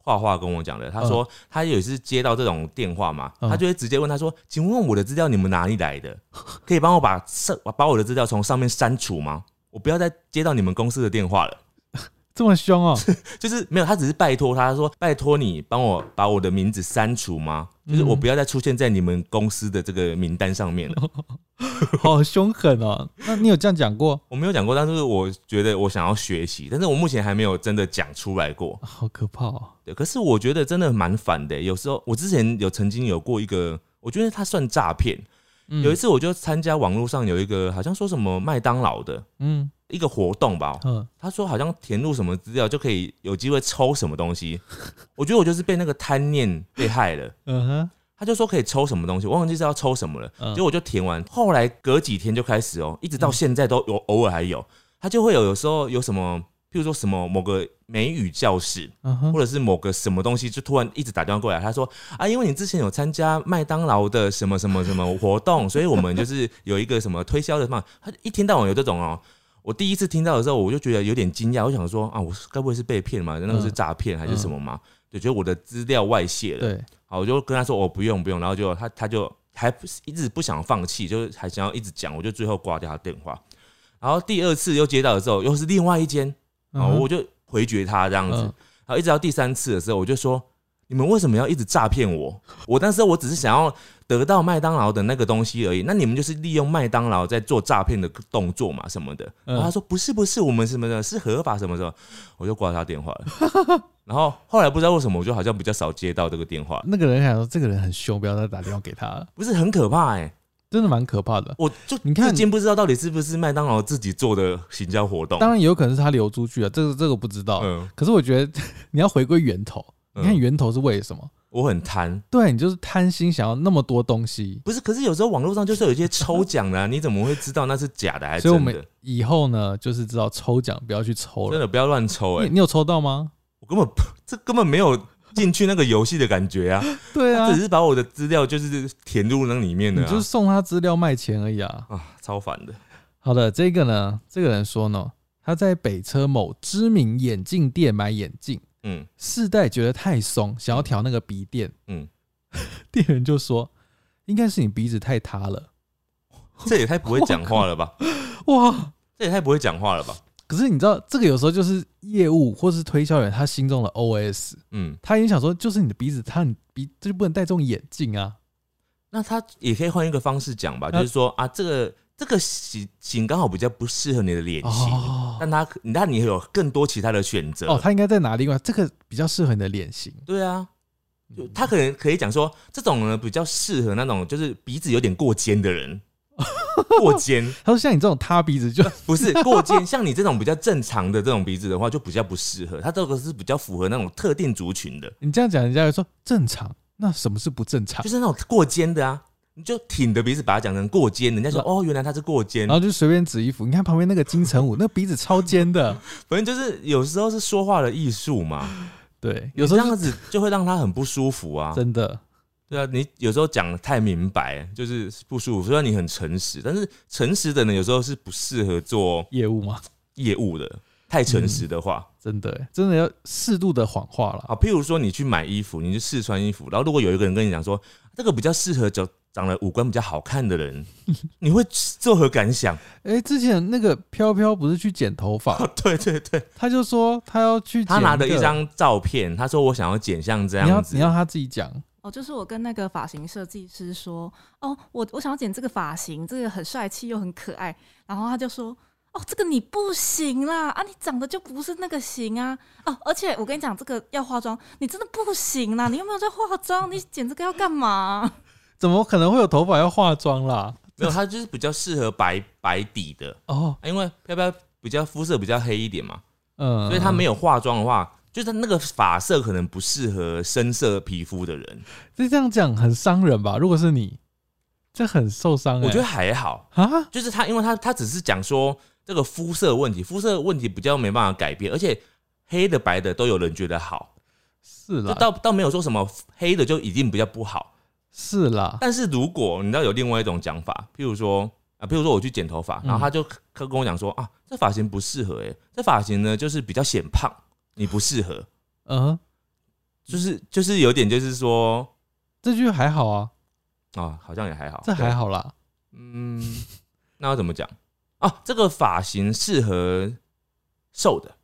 画画跟我讲的，他说他有一次接到这种电话嘛，嗯、他就会直接问他说：“请问我的资料你们哪里来的？可以帮我把把我的资料从上面删除吗？我不要再接到你们公司的电话了。” 这么凶哦？ 就是没有，他只是拜托他说：“拜托你帮我把我的名字删除吗？就是我不要再出现在你们公司的这个名单上面了。” 好凶狠哦！那你有这样讲过？ 我没有讲过，但是我觉得我想要学习，但是我目前还没有真的讲出来过。 好可怕哦！ 对，可是我觉得真的蛮烦的。有时候我之前有曾经有过一个，我觉得它算诈骗。嗯、有一次我就参加网络上有一个好像说什么麦当劳的，嗯。一个活动吧，嗯，他说好像填入什么资料就可以有机会抽什么东西，我觉得我就是被那个贪念被害了，嗯哼，他就说可以抽什么东西，我忘记是要抽什么了，结果我就填完，后来隔几天就开始哦，一直到现在都有，偶尔还有，他就会有有时候有什么，譬如说什么某个美语教室，或者是某个什么东西，就突然一直打电话过来，他说啊，因为你之前有参加麦当劳的什么什么什么活动，所以我们就是有一个什么推销的嘛，他一天到晚有这种哦。我第一次听到的时候，我就觉得有点惊讶，我想说啊，我该不会是被骗吗？那个是诈骗还是什么吗？对，觉得我的资料外泄了。对，好，我就跟他说我、哦、不用不用，然后就他他就还一直不想放弃，就是还想要一直讲，我就最后挂掉他电话。然后第二次又接到的时候，又是另外一间，然后我就回绝他这样子。然后一直到第三次的时候，我就说你们为什么要一直诈骗我？我当时我只是想要得到麦当劳的那个东西而已，那你们就是利用麦当劳在做诈骗的动作嘛什么的。然后他说不是不是，我们什么的是合法什么什么，我就挂他电话了。然后后来不知道为什么，我就好像比较少接到这个电话。 那个人想说这个人很凶，不要再打电话给他了。 不是很可怕哎、欸， 真的蛮可怕的。 我就你看，至今不知道到底是不是麦当劳自己做的行销活动。 当然也有可能是他流出去了，这个这个不知道。嗯，可是我觉得你要回归源头，你看源头是为什么？ 我很贪， 对，你就是贪心，想要那么多东西。 不是，可是有时候网络上就是有一些抽奖的、啊，你怎么会知道那是假的还是真的？ 所以我们以后呢，就是知道抽奖不要去抽了， 真的不要乱抽哎、欸。 你有抽到吗？ 我根本这根本没有进去那个游戏的感觉啊。 对啊， 他只是把我的资料就是填入那里面的、啊， 你就是送他资料卖钱而已啊。 啊，超烦的。 好的，这个呢，这个人说呢，他在北车某知名眼镜店买眼镜。嗯，试戴觉得太松，想要调那个鼻垫。嗯，店员就说：“应该是你鼻子太塌了。” 这也太不会讲话了吧？ 哇， 这也太不会讲话了吧？ 可是你知道，这个有时候就是业务或是推销员他心中的 O S。嗯，他也想说，就是你的鼻子塌，你鼻这就不能戴这种眼镜啊。 那他也可以换一个方式讲吧，就是说啊，这个。这个型刚好比较不适合你的脸型，哦、但他那你有更多其他的选择哦。他应该在哪里？这个比较适合你的脸型。 对啊，就他可能可以讲说，这种呢比较适合那种就是鼻子有点过尖的人。过尖， 他说像你这种塌鼻子就不是过尖，像你这种比较正常的这种鼻子的话，就比较不适合。他这个是比较符合那种特定族群的。 你这样讲，人家会说正常，那什么是不正常？ 就是那种过尖的啊。你就挺的鼻子把它讲成过尖，人家说哦，原来他是过尖， 然后就随便指衣服。你看旁边那个金城武，那鼻子超尖的， 反正就是有时候是说话的艺术嘛。 对，有时候这样子就会让他很不舒服啊。 真的， 对啊，你有时候讲得太明白，就是不舒服。虽然你很诚实，但是诚实的人有时候是不适合做业务吗？ 业务的太诚实的话， 嗯、真的真的要适度的谎话了。 啊，譬如说你去买衣服，你去试穿衣服，然后如果有一个人跟你讲说这个比较适合就。长得五官比较好看的人，你会作何感想？ 哎、欸，之前那个飘飘不是去剪头发、 哦？对对对， 他就说他要去剪， 他拿的一张照片，他说我想要剪像这样子。 你要你要他自己讲哦，就是我跟那个发型设计师说，哦，我我想要剪这个发型，这个很帅气又很可爱，然后他就说。哦，这个你不行啦！啊，你长得就不是那个型啊！哦，而且我跟你讲，这个要化妆，你真的不行啦！你有没有在化妆？你剪这个要干嘛？ 怎么可能会有头发要化妆啦？ 没有，它就是比较适合白白底的哦，因为飘飘比较肤色比较黑一点嘛，嗯，所以他没有化妆的话，就是那个发色可能不适合深色皮肤的人。 这这样讲很伤人吧？如果是你，这很受伤、欸。 我觉得还好啊，就是他，因为他他只是讲说。这个肤色问题，肤色问题比较没办法改变，而且黑的白的都有人觉得好， 是啦， 倒倒没有说什么黑的就一定比较不好， 是啦。 但是如果你知道有另外一种讲法，譬如说啊，譬如说我去剪头发，然后他就他跟我讲说啊，这发型不适合哎、欸，这发型呢就是比较显胖，你不适合，嗯， 就是就是有点就是说这句还好啊， 啊，好像也还好， 这还好啦。 嗯，那要怎么讲啊？这个发型适合瘦的。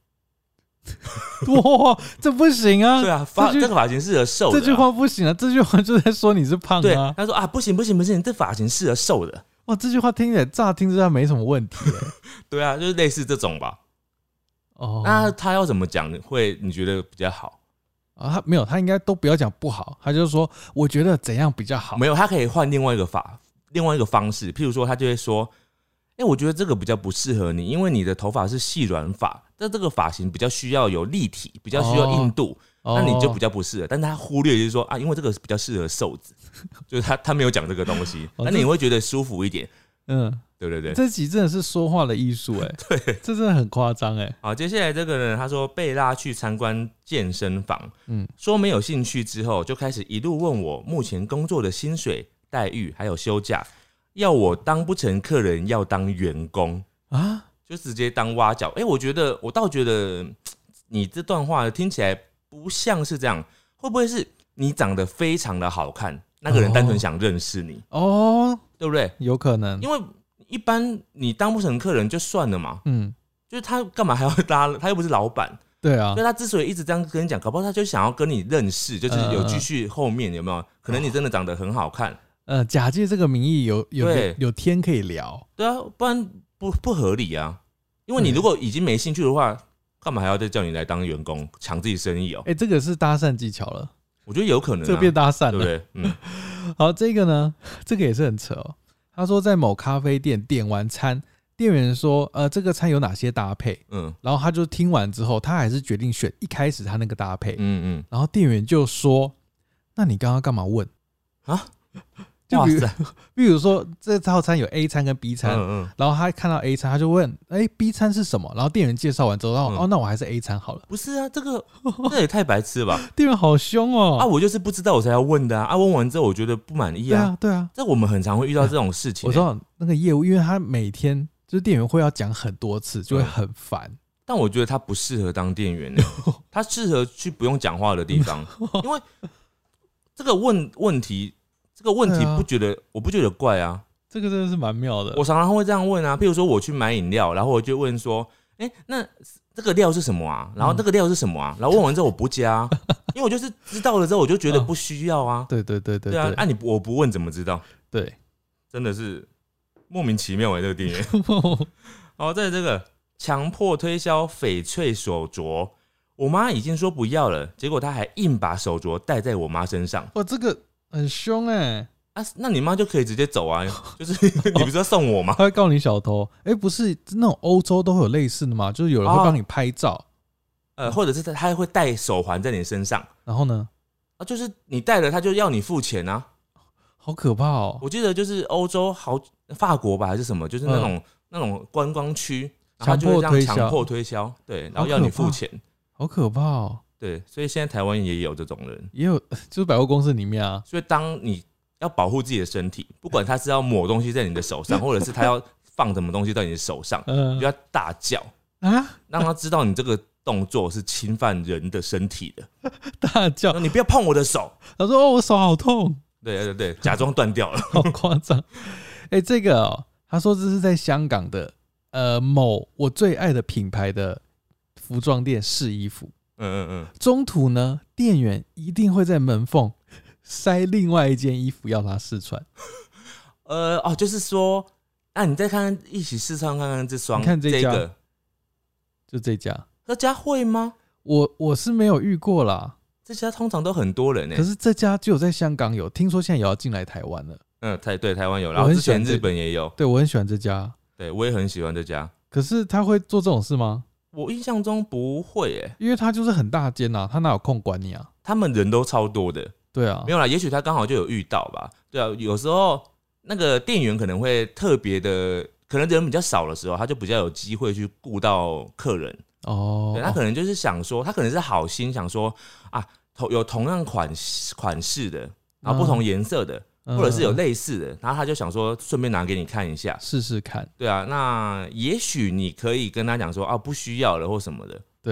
哇，这不行啊！ 对啊，发这个发型适合瘦的、啊。 这句话不行啊！这句话就在说你是胖啊。 对，他说啊，不行不行不行，这发型适合瘦的。 哇，这句话听起来乍听之下没什么问题、欸。 对啊，就是类似这种吧。哦，那他要怎么讲会你觉得比较好啊？他没有，他应该都不要讲不好，他就是说我觉得怎样比较好。 没有，他可以换另外一个法，另外一个方式，譬如说他就会说。哎、欸，我觉得这个比较不适合你，因为你的头发是细软发，但这个发型比较需要有立体，比较需要硬度，哦、那你就比较不适合。但是他忽略就是说啊，因为这个比较适合瘦子，就是他他没有讲这个东西，那、哦、你会觉得舒服一点。嗯，对对对， 这集真的是说话的艺术哎， 对， 这真的很夸张哎。 好，接下来这个呢，他说被拉去参观健身房，嗯，说没有兴趣之后，就开始一路问我目前工作的薪水待遇还有休假。要我当不成客人，要当员工啊，就直接当挖角。哎、欸，我觉得，我倒觉得你这段话听起来不像是这样，会不会是你长得非常的好看，那个人单纯想认识你哦，对不对？ 有可能， 因为一般你当不成客人就算了嘛，嗯，就是他干嘛还要拉？他又不是老板， 对啊， 所以他之所以一直这样跟你讲，搞不好他就想要跟你认识，就是有继续后面有没有？可能你真的长得很好看。 呃，假借这个名义有有有天可以聊， 对啊，不然不不合理啊。因为你如果已经没兴趣的话，干嘛还要再叫你来当员工抢自己生意哦？ 哎、欸，这个是搭讪技巧了， 我觉得有可能、啊， 这个变搭讪了， 对不对？嗯， 好，这个呢，这个也是很扯哦。他说在某咖啡店点完餐，店员说，呃，这个餐有哪些搭配？嗯，然后他就听完之后，他还是决定选一开始他那个搭配。嗯嗯，然后店员就说，那你刚刚干嘛问啊？就比如，比如说这套餐有 A 餐跟 B 餐，嗯嗯，然后他看到 A 餐，他就问：“哎、欸、，B 餐是什么？”然后店员介绍完之后，然后、嗯、哦，那我还是 A 餐好了。 不是啊，这个这也太白痴了吧！ 店员好凶哦！ 啊，我就是不知道我才要问的啊！啊，问完之后我觉得不满意啊！ 对啊，对啊， 这我们很常会遇到这种事情、欸。 我知道那个業務，因為他每天就是店員會要講很多次，就會很煩、嗯。 但我覺得他不適合當店員、欸，他適合去不用講話的地方，因為這個問問題。這個問題不覺得、啊、我不覺得怪啊， 這個真的是蠻妙的。 我常常會這樣問啊，譬如說我去買飲料，然後我就問說，哎、欸，那這個料是什麼啊？然後這個料是什麼啊？然後問完之後我不加、啊，因為我就是知道了之後我就覺得不需要啊。 對對對對， 對啊，那、啊、你我不問怎麼知道？ 對， 真的是莫名其妙哎、欸，這個店員。好，再來這個強迫推銷翡翠手鐲，我媽已經說不要了，結果她還硬把手鐲戴在我媽身上。 哇，這個。很凶哎、欸！ 啊，那你媽就可以直接走啊！就是你不是要送我嗎？ 他會告你小偷？哎、欸，不是那種歐洲都會有類似的嗎？就是有人會幫你拍照，哦、 呃，或者是他會戴手環在你身上， 然後呢？ 啊，就是你戴了，他就要你付錢啊！ 好可怕哦！ 我記得就是歐洲好法國吧，還是什麼？就是那種、嗯、那種觀光區，然後就會這樣強迫推銷，對，然後要你付錢， 好可怕哦！ 對，所以現在台灣也有這種人， 也有就是百貨公司裡面啊。所以當你要保護自己的身體，不管他是要抹東西在你的手上，或者是他要放什麼東西在你的手上，你就要大叫啊，讓他知道你這個動作是侵犯人的身體的。 大叫， 你不要碰我的手。 他說：“哦，我手好痛。” 對對對，假裝斷掉了， 好誇張。哎，這個哦，他說這是在香港的呃某我最愛的品牌的服裝店試衣服。嗯嗯嗯，中途呢，店員一定會在門縫塞另外一件衣服要他試穿。 呃哦，就是說，啊，你再看看，一起試穿看看這雙， 你看這家， 這個、 就這家， 這家會嗎？ 我我是沒有遇過啦， 這家通常都很多人呢、欸。 可是這家只有在香港有，聽說現在也要進來台灣了。 嗯，台對台灣有，然後之前日本也有。 對，我很喜歡這家， 對我也很喜歡這家。 可是他會做這種事嗎？ 我印象中不會誒、欸， 因為他就是很大間啊，他哪有空管你啊？ 他們人都超多的， 對啊， 沒有啦，也許他剛好就有遇到吧。對啊，有時候那個店員可能會特別的，可能人比較少的時候，他就比較有機會去顧到客人哦。對，他可能就是想說，他可能是好心想說啊，有同樣款款式的，然後不同顏色的。嗯或者是有類似的，然後他就想說順便拿給你看一下， 試試看。 對啊，那也許你可以跟他講說啊，不需要了或什麼的。 對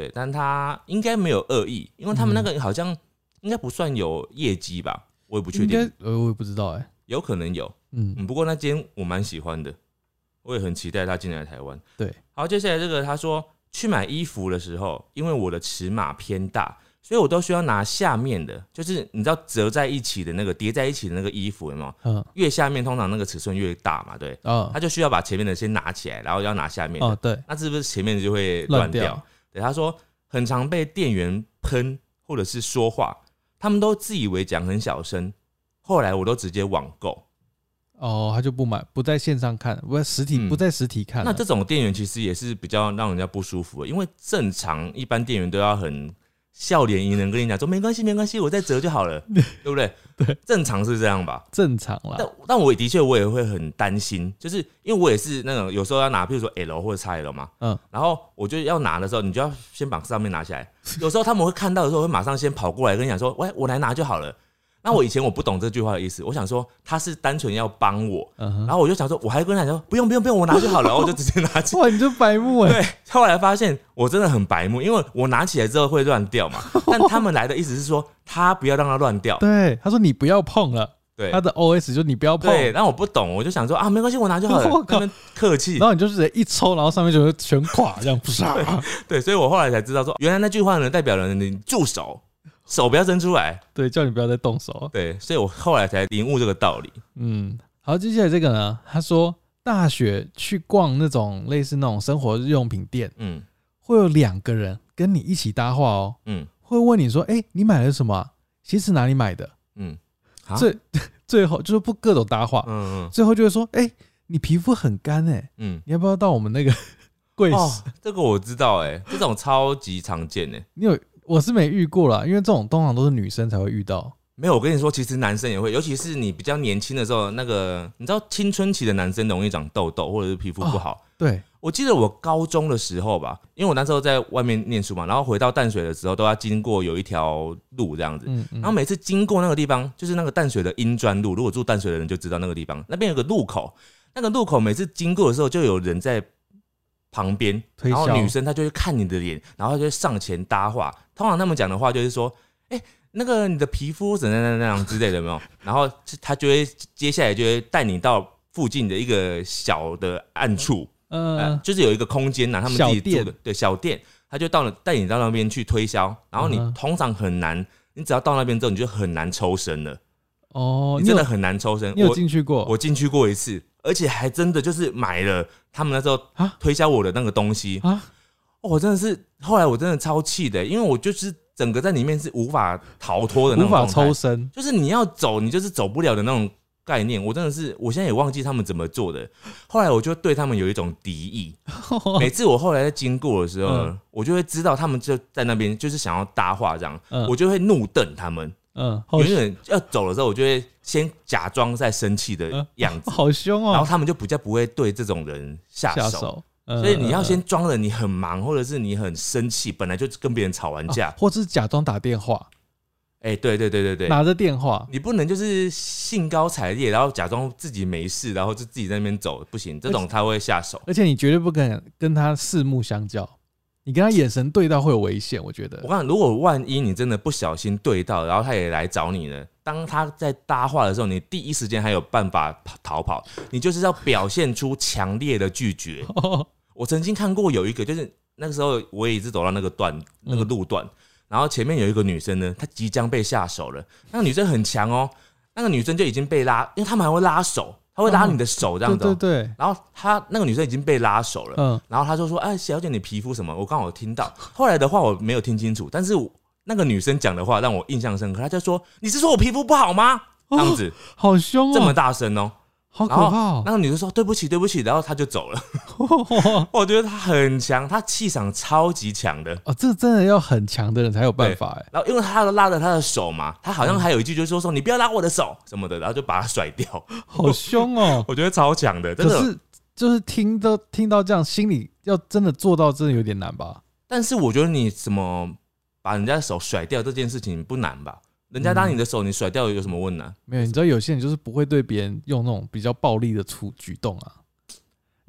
对，但他应该没有恶意，因为他们那个好像应该不算有业绩吧，我也不确定。 应该呃，我也不知道哎、欸， 有可能有。嗯嗯，不过那间我蛮喜欢的，我也很期待他进来台湾。 对， 好，接下来这个他说去买衣服的时候，因为我的尺码偏大。所以我都需要拿下面的，就是你知道折在一起的那个叠在一起的那个衣服有没有？嗯，越下面通常那个尺寸越大嘛，对。嗯，他就需要把前面的先拿起来，然后要拿下面的。 哦，对。 那是不是前面就会乱掉？ 掉对，他说很常被店员喷或者是说话，他们都自以为讲很小声，后来我都直接网购。 哦，他就不买，不在线上看，不在实体，嗯、不在实体看。 那这种店员其实也是比较让人家不舒服的，因为正常一般店员都要很笑脸迎人跟你讲说没关系没关系，我再折就好了，对不对？ 对， 正常是这样吧？ 正常啦。 但但我的确我也会很担心，就是因为我也是那种有时候要拿，比如说 L 或者 X L 嘛，嗯，然后我就要拿的时候，你就要先把上面拿下来。有时候他们会看到的时候，会马上先跑过来跟你讲说，喂，我来拿就好了。那我以前我不懂这句话的意思，我想说他是单纯要帮我，嗯、然后我就想说，我还跟他讲说不用不用不用，我拿就好了，然后我就直接拿起来。 哇，你就白目哎！ 对，后来发现我真的很白目，因为我拿起来之后会乱掉嘛。但他们来的意思是说，他不要让它乱掉。 对，他说你不要碰了。对，他的 O S 就你不要碰。 对，然后我不懂，我就想说啊，没关系，我拿就好了。他们客气， 然后你就直接一抽，然后上面就会全垮，这样不是？ 对，所以我后来才知道说，原来那句话呢，代表了你住手。手不要伸出来， 对，叫你不要再动手。 对，所以我后来才领悟这个道理。 嗯，好，接下来这个呢，他说大学去逛那种类似那种生活日用品店，嗯，会有两个人跟你一起搭话哦，嗯，会问你说，哎、欸，你买了什么、啊？其实哪里买的？嗯，最最后就是不各种搭话，嗯嗯，最后就会说，哎、欸，你皮肤很干哎、欸，嗯，你要不要到我们那个柜子、哦？ 这个我知道哎、欸，这种超级常见哎、欸， 你有？我是没遇过啦，因为这种通常都是女生才会遇到。 没有，我跟你说，其实男生也会，尤其是你比较年轻的时候，那个你知道青春期的男生容易长痘痘或者是皮肤不好。哦、 对， 我记得我高中的时候吧，因为我那时候在外面念书嘛，然后回到淡水的时候都要经过有一条路这样子，嗯嗯、然后每次经过那个地方，就是那个淡水的英专路，如果住淡水的人就知道那个地方，那边有个路口，那个路口每次经过的时候就有人在旁边，然后女生她就会看你的脸，然后她就会上前搭话。通常他们讲的话就是说，哎、欸，那个你的皮肤怎样怎样之类的，有没有？然后他就会接下来就会带你到附近的一个小的暗处，嗯、呃，就是有一个空间呐，他们自己住的，对，小店，他就到了带你到那边去推销，然后你通常很难，你只要到那边之后，你就很难抽身了。哦，你真的很难抽身。 你有进去过？ 我进去过一次，而且还真的就是买了他们那时候推销我的那个东西啊。我、哦、真的是，后来我真的超气的，因为我就是整个在里面是无法逃脱的那种状态， 无法抽身， 就是你要走，你就是走不了的那种概念。我真的是，我现在也忘记他们怎么做的。后来我就对他们有一种敌意，每次我后来在经过的时候呢，嗯、我就会知道他们就在那边，就是想要搭话这样，嗯、我就会怒瞪他们。嗯，远远要走的时候，我就会先假装在生气的样子， 嗯、好凶哦。 然后他们就比较不会对这种人下手。下手所以你要先装了你很忙，或者是你很生气，本来就跟别人吵完架， 哦、或者是假装打电话。 哎、欸，对对对对对， 拿着电话， 你不能就是兴高采烈，然后假装自己没事，然后就自己在那边走，不行，这种他会下手。 而且你绝对不敢跟他四目相交，你跟他眼神对到会有危险。我觉得， 我看如果万一你真的不小心对到，然后他也来找你了。当他在搭话的时候，你第一时间还有办法逃跑，你就是要表现出强烈的拒绝。我曾经看过有一个，就是那个时候我也一直走到那个段那个路段，然后前面有一个女生呢，她即将被下手了。那个女生很强哦，那个女生就已经被拉，因为他们还会拉手，她会拉你的手这样子、喔。 对对对。 然后她那个女生已经被拉手了，嗯，然后她就说：“哎，小姐，你皮肤什么？”我刚好有听到，后来的话我没有听清楚，但是那个女生讲的话让我印象深刻，她就说：“你是说我皮肤不好吗？”这样子， 哦、好凶哦， 这么大声哦。 好可怕、哦！ 那个女生说对不起对不起，然后她就走了。我觉得她很强，她气场超级强的哦，这真的要很强的人才有办法哎。 然后因为她拉着她的手嘛，她好像还有一句就是说说你不要拉我的手什么的，然后就把她甩掉。 好凶哦！ 我觉得超强的，真的。 可是就是听到听到这样，心里要真的做到，真的有点难吧？ 但是我觉得你怎么把人家的手甩掉这件事情不难吧？人家拉你的手，你甩掉有什么问难？ 没有，你知道有些人就是不会对别人用那种比较暴力的处举动啊。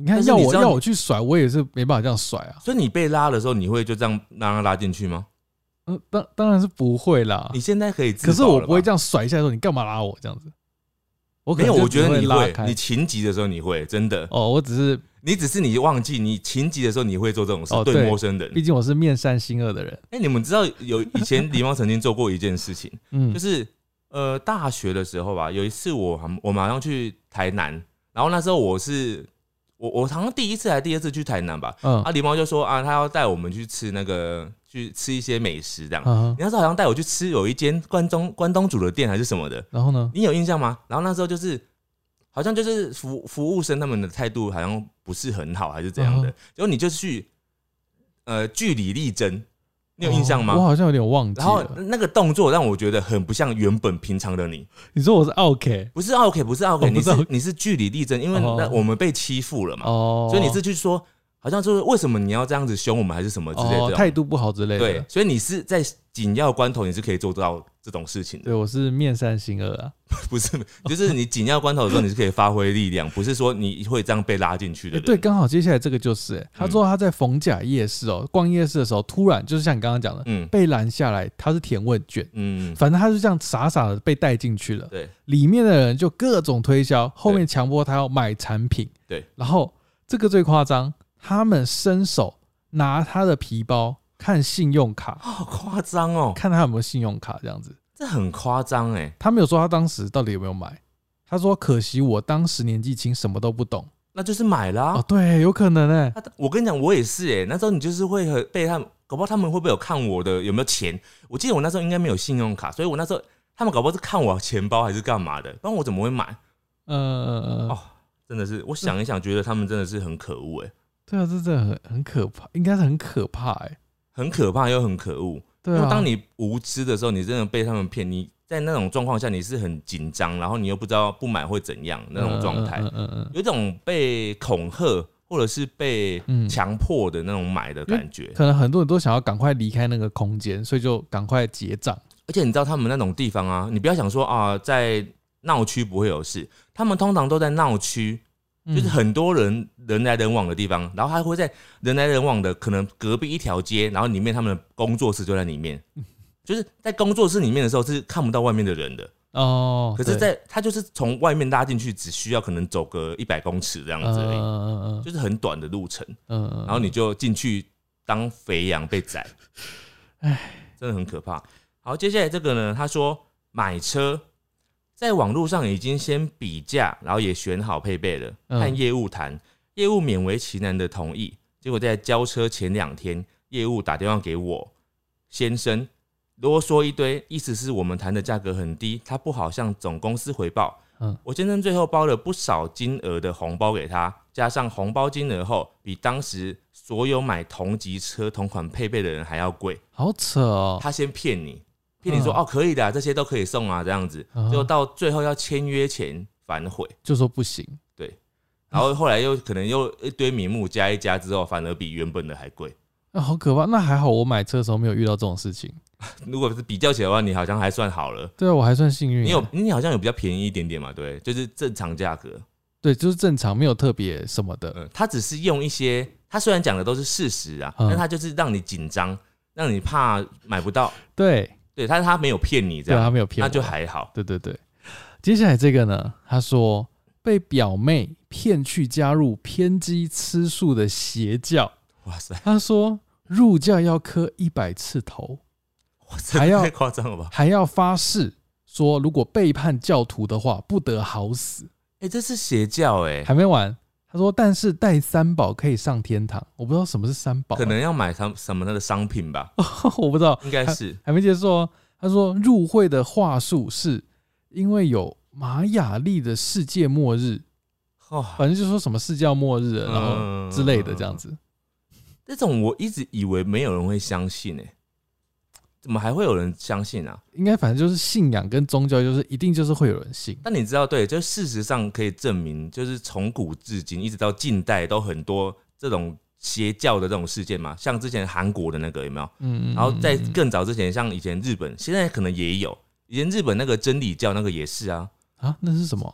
你看要我要我去甩，我也是没办法这样甩啊。 所以你被拉的时候，你会就这样让他拉进去吗？ 嗯，当当然是不会啦。 你现在可以自保了吧， 可是我不会这样甩一下说你干嘛拉我这样子。我可能没有，我觉得你会， 你情急的时候你会真的。 哦，我只是你只是你忘记，你情急的时候你会做这种事， 哦、 对陌生人。 毕竟我是面善心恶的人。 哎、欸，你们知道有以前狸猫曾经做过一件事情， 嗯， 就是呃大学的时候吧，有一次我我们好像去台南，然后那时候我是。我我好像第一次还是第二次去台南吧，嗯，啊，狸猫就说啊，他要带我们去吃那个，去吃一些美食这样。嗯、你那时候好像带我去吃有一间关东关东煮的店还是什么的， 然后呢？ 你有印象吗？然后那时候就是好像就是服服务生他们的态度好像不是很好，还是怎样的，结果、嗯、你就去呃据理力争。你有印象吗？ 哦、我好像有点忘记了。 然后那个动作让我觉得很不像原本平常的你。 你说我是 OK？ 不是 OK， 不是 OK， 你是你是据理力争，因为那我们被欺负了嘛，哦、所以你是去说，好像就是为什么你要这样子凶我们，还是什么之类的， 哦、态度不好之类的。 对，所以你是在紧要关头，你是可以做到这种事情的。 对，我是面善心恶啊。 不是，就是你紧要关头的时候，你是可以发挥力量，不是说你会这样被拉进去的。 对，刚好接下来这个就是、欸，他说他在逢甲夜市哦、喔，逛夜市的时候，突然就是像你刚刚讲的，嗯，被拦下来，他是填问卷，嗯，反正他就这样傻傻的被带进去了。 对， 里面的人就各种推销，后面强迫他要买产品。 对， 然后这个最夸张，他们伸手拿他的皮包看信用卡， 好夸张哦， 看他有没有信用卡这样子。 这很夸张哎， 他没有说他当时到底有没有买，他说可惜我当时年纪轻，什么都不懂， 那就是买啦、啊。 哦，对，有可能哎、 欸。我跟你讲，我也是哎、欸，那时候你就是会被他们，搞不好他们会不会有看我的有没有钱？我记得我那时候应该没有信用卡，所以我那时候他们搞不好是看我钱包还是干嘛的，不然我怎么会买？呃，哦，真的是，我想一想，觉得他们真的是很可恶哎、欸。 对啊，这真的很很可怕，应该是很可怕哎、欸， 很可怕又很可恶。对、啊，因为当你无知的时候，你真的被他们骗。你在那种状况下，你是很紧张，然后你又不知道不买会怎样那种状态，有一种被恐吓或者是被强迫的那种买的感觉。 可能很多人都想要赶快离开那个空间，所以就赶快结账。 而且你知道他们那种地方啊，你不要想说啊，在闹区不会有事，他们通常都在闹区。就是很多人人来人往的地方，然后他会在人来人往的可能隔壁一条街，然后里面他们的工作室就在里面，就是在工作室里面的时候是看不到外面的人的哦。可是在，在他就是从外面拉进去，只需要可能走个一百公尺这样子而已，嗯、就是很短的路程。嗯、然后你就进去当肥羊被宰，哎，真的很可怕。好，接下来这个呢，他说买车。在网络上已经先比价，然后也选好配备了，和业务谈，业务勉为其难的同意。结果在交车前两天，业务打电话给我先生，啰嗦一堆，意思是我们谈的价格很低，他不好向总公司回报。嗯、我先生最后包了不少金额的红包给他，加上红包金额后，比当时所有买同级车同款配备的人还要贵。 好扯哦！ 他先骗你。骗你说、嗯、哦可以的、啊，这些都可以送啊，这样子，结果到最后要签约前反悔， 就说不行。 对，然后后来又可能又一堆名目加一加之后，反而比原本的还贵。 啊，好可怕！那还好我买车的时候没有遇到这种事情。 如果是比较起来的话，你好像还算好了。 对啊，我还算幸运。 你有你好像有比较便宜一点点嘛？对，就是正常价格。 对，就是正常，没有特别什么的。 嗯，他只是用一些，他虽然讲的都是事实啊，嗯、但他就是让你紧张，让你怕买不到。 对。 对，但是他没有骗你，这样对他没有骗， 那就还好。 对对对，接下来这个呢，他说被表妹骗去加入偏激吃素的邪教。 哇塞！ 他说入教要磕一百次头， 哇塞，还要太夸张了吧？ 还要发誓说，如果背叛教徒的话，不得好死。 哎、欸，这是邪教哎、欸， 还没完。他说：“但是带三宝可以上天堂。”我不知道什么是三宝、啊， 可能要买什什么那个商品吧？ 我不知道， 应该是还, 还没结束哦。他说入会的话术是因为有玛雅历的世界末日，哦，反正就说什么世界末日了，然后之类的这样子。嗯、 这种我一直以为没有人会相信哎、欸，怎么还会有人相信啊？ 应该反正就是信仰跟宗教，就是一定就是会有人信。 但你知道，对，就事实上可以证明，就是从古至今一直到近代都很多这种邪教的这种事件嘛，像之前韩国的那个有没有？嗯，然后在更早之前，像以前日本，现在可能也有。以前日本那个真理教那个也是啊。 啊，那是什么？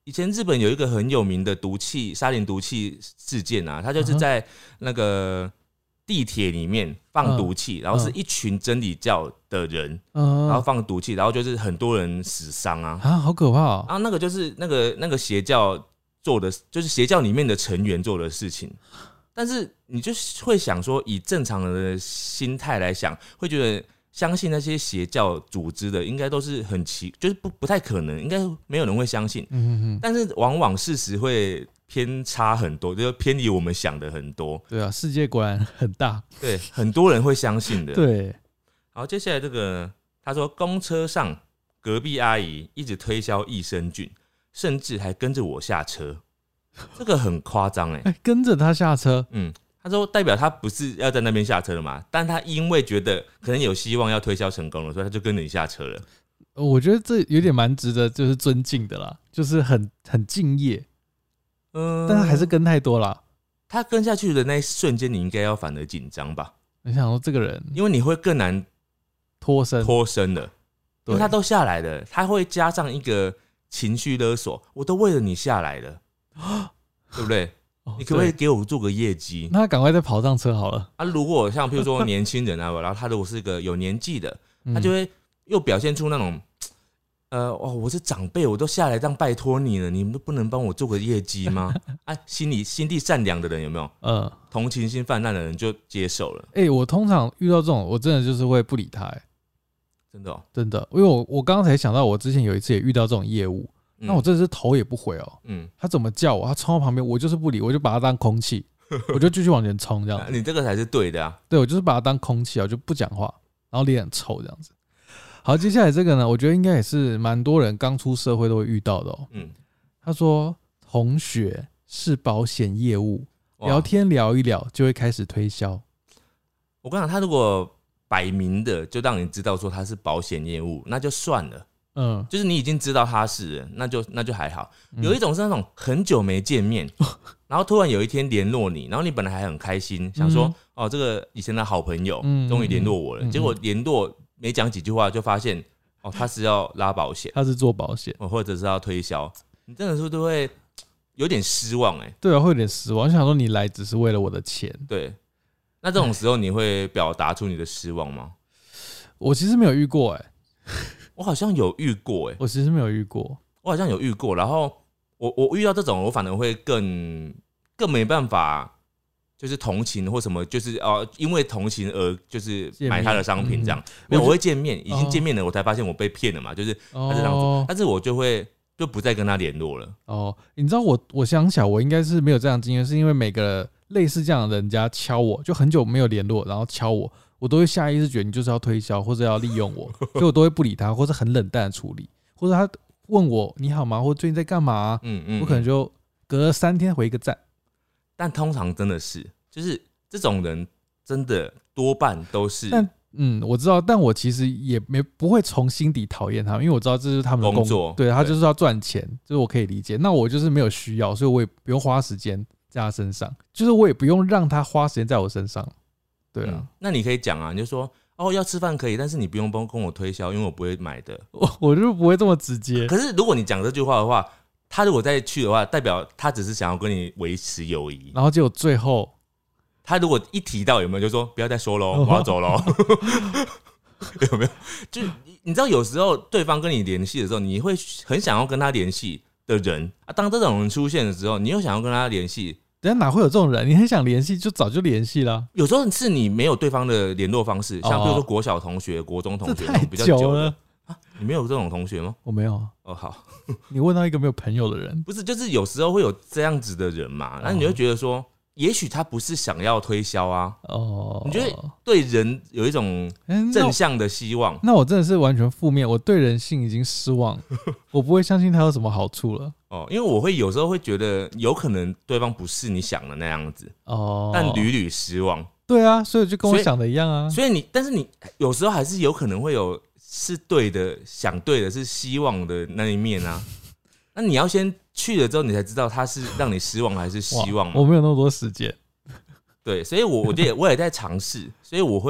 以前日本有一个很有名的毒气沙林毒气事件啊，它就是在那个地铁里面放毒气，嗯、然后是一群真理教的人，嗯、然后放毒气，然后就是很多人死伤啊， 啊，好可怕哦！ 然后那个就是那个那个邪教做的，就是邪教里面的成员做的事情。但是你就会想说，以正常人的心态来想，会觉得相信那些邪教组织的，应该都是很奇，就是不不太可能，应该没有人会相信。嗯嗯。但是往往事实会偏差很多，就是偏离我们想的很多。 对啊，世界果然很大。 对，很多人会相信的。 对。 好，接下来这个，他说公车上隔壁阿姨一直推销益生菌，甚至还跟着我下车。这个很夸张哎， 跟着他下车， 嗯，他说代表他不是要在那边下车了嘛，但他因为觉得可能有希望要推销成功了，所以他就跟着你下车了。 我觉得这有点蛮值得就是尊敬的啦，就是很很敬业，嗯，但他还是跟太多啦。 他跟下去的那一瞬间，你应该要反而紧张吧？ 你想说这个人， 因为你会更难脱身脱身的，因为他都下来了，他会加上一个情绪勒索，我都为了你下来了。对不对？你可不可以给我做个业绩？ 那他赶快再跑上车好了。 啊，如果像譬如说年轻人啊，然后他如果是个有年纪的，他就会又表现出那种，呃，哦，我是长辈，我都下来这样拜托你了，你们不能帮我做个业绩吗？啊，心里心地善良的人有没有？嗯，同情心泛滥的人就接受了。 哎、欸，我通常遇到这种，我真的就是会不理他、欸，哎， 真的、哦， 真的，因为我我刚刚才想到，我之前有一次也遇到这种业务。那我真的是头也不回哦，嗯，他怎么叫我，他冲到旁边，我就是不理，我就把他当空气，我就继续往前冲这样子。 你这个才是对的啊， 对，我就是把他当空气啊，我就不讲话，然后脸很臭这样子。好，接下来这个呢，我觉得应该也是蛮多人刚出社会都会遇到的哦。嗯，他说同学是保险业务，聊天聊一聊就会开始推销。 我跟你讲，他如果摆明的就让你知道说他是保险业务，那就算了。嗯，就是你已经知道他是人，那就那就还好。有一种是那种很久没见面，嗯、然后突然有一天联络你，然后你本来还很开心，想说、嗯、哦，这个以前的好朋友终于联络我了。嗯、结果联络没讲几句话，就发现哦，他是要拉保险， 他是做保险， 或者是要推销，你真的是都会有点失望哎、欸。 对啊，会有点失望。我想说你来只是为了我的钱。 对，那这种时候你会表达出你的失望吗？ 我其实没有遇过哎、欸。 我好像有遇过哎、欸， 我其实没有遇过， 我好像有遇过，然后我我遇到这种，我反而会更更没办法，就是同情或什么，就是哦，因为同情而就是买他的商品这样。没有，我会见面，已经见面了，我才发现我被骗了嘛，就是他是这样做，但是我就会就不再跟他联络了。 哦，你知道我我想起来，我应该是没有这样的经验，是因为每个类似这样的人家敲我，就很久没有联络，然后敲我。我都会下意识觉得你就是要推销或者要利用我，所以我都会不理他，或者很冷淡的处理，或者他问我你好吗，或者最近在干嘛、啊，嗯嗯，我可能就隔了三天回一个赞。 但通常真的是，就是这种人真的多半都是， 但嗯，我知道，但我其实也没不会从心底讨厌他们，因为我知道这是他们的工作，对他就是要赚钱，就是我可以理解。那我就是没有需要，所以我也不用花时间在他身上，就是我也不用让他花时间在我身上。对啊、嗯， 那你可以讲啊，你就说哦，要吃饭可以，但是你不用帮跟我推销，因为我不会买的。 我我就不会这么直接。 可是如果你讲这句话的话，他如果再去的话，代表他只是想要跟你维持友谊。 然后结果最后， 他如果一提到有没有，就说不要再说喽，我要走喽。有没有？就你知道，有时候对方跟你联系的时候，你会很想要跟他联系的人啊，当这种人出现的时候，你又想要跟他联系。 等下哪会有这种人？你很想联系，就早就联系了。 有时候是你没有对方的联络方式，像比如说国小同学、国中同学， 太比较久了啊。你没有这种同学吗？ 我没有。 哦，好， 你问到一个没有朋友的人， 不是，就是有时候会有这样子的人嘛，那你会觉得说，也许他不是想要推销啊。哦，你觉得对人有一种正向的希望？欸、 那, 我那我真的是完全负面，我对人性已经失望，我不会相信他有什么好处了。 哦，因为我会有时候会觉得，有可能对方不是你想的那样子，哦，但屡屡失望。 对啊，所以就跟我想的一样啊。 所以, 所以你，但是你有时候还是有可能会有是对的、想对的、是希望的那一面啊。那你要先去了之后，你才知道他是让你失望还是希望嘛。 我没有那么多时间。 对，所以我我觉得我也在尝试，所以我会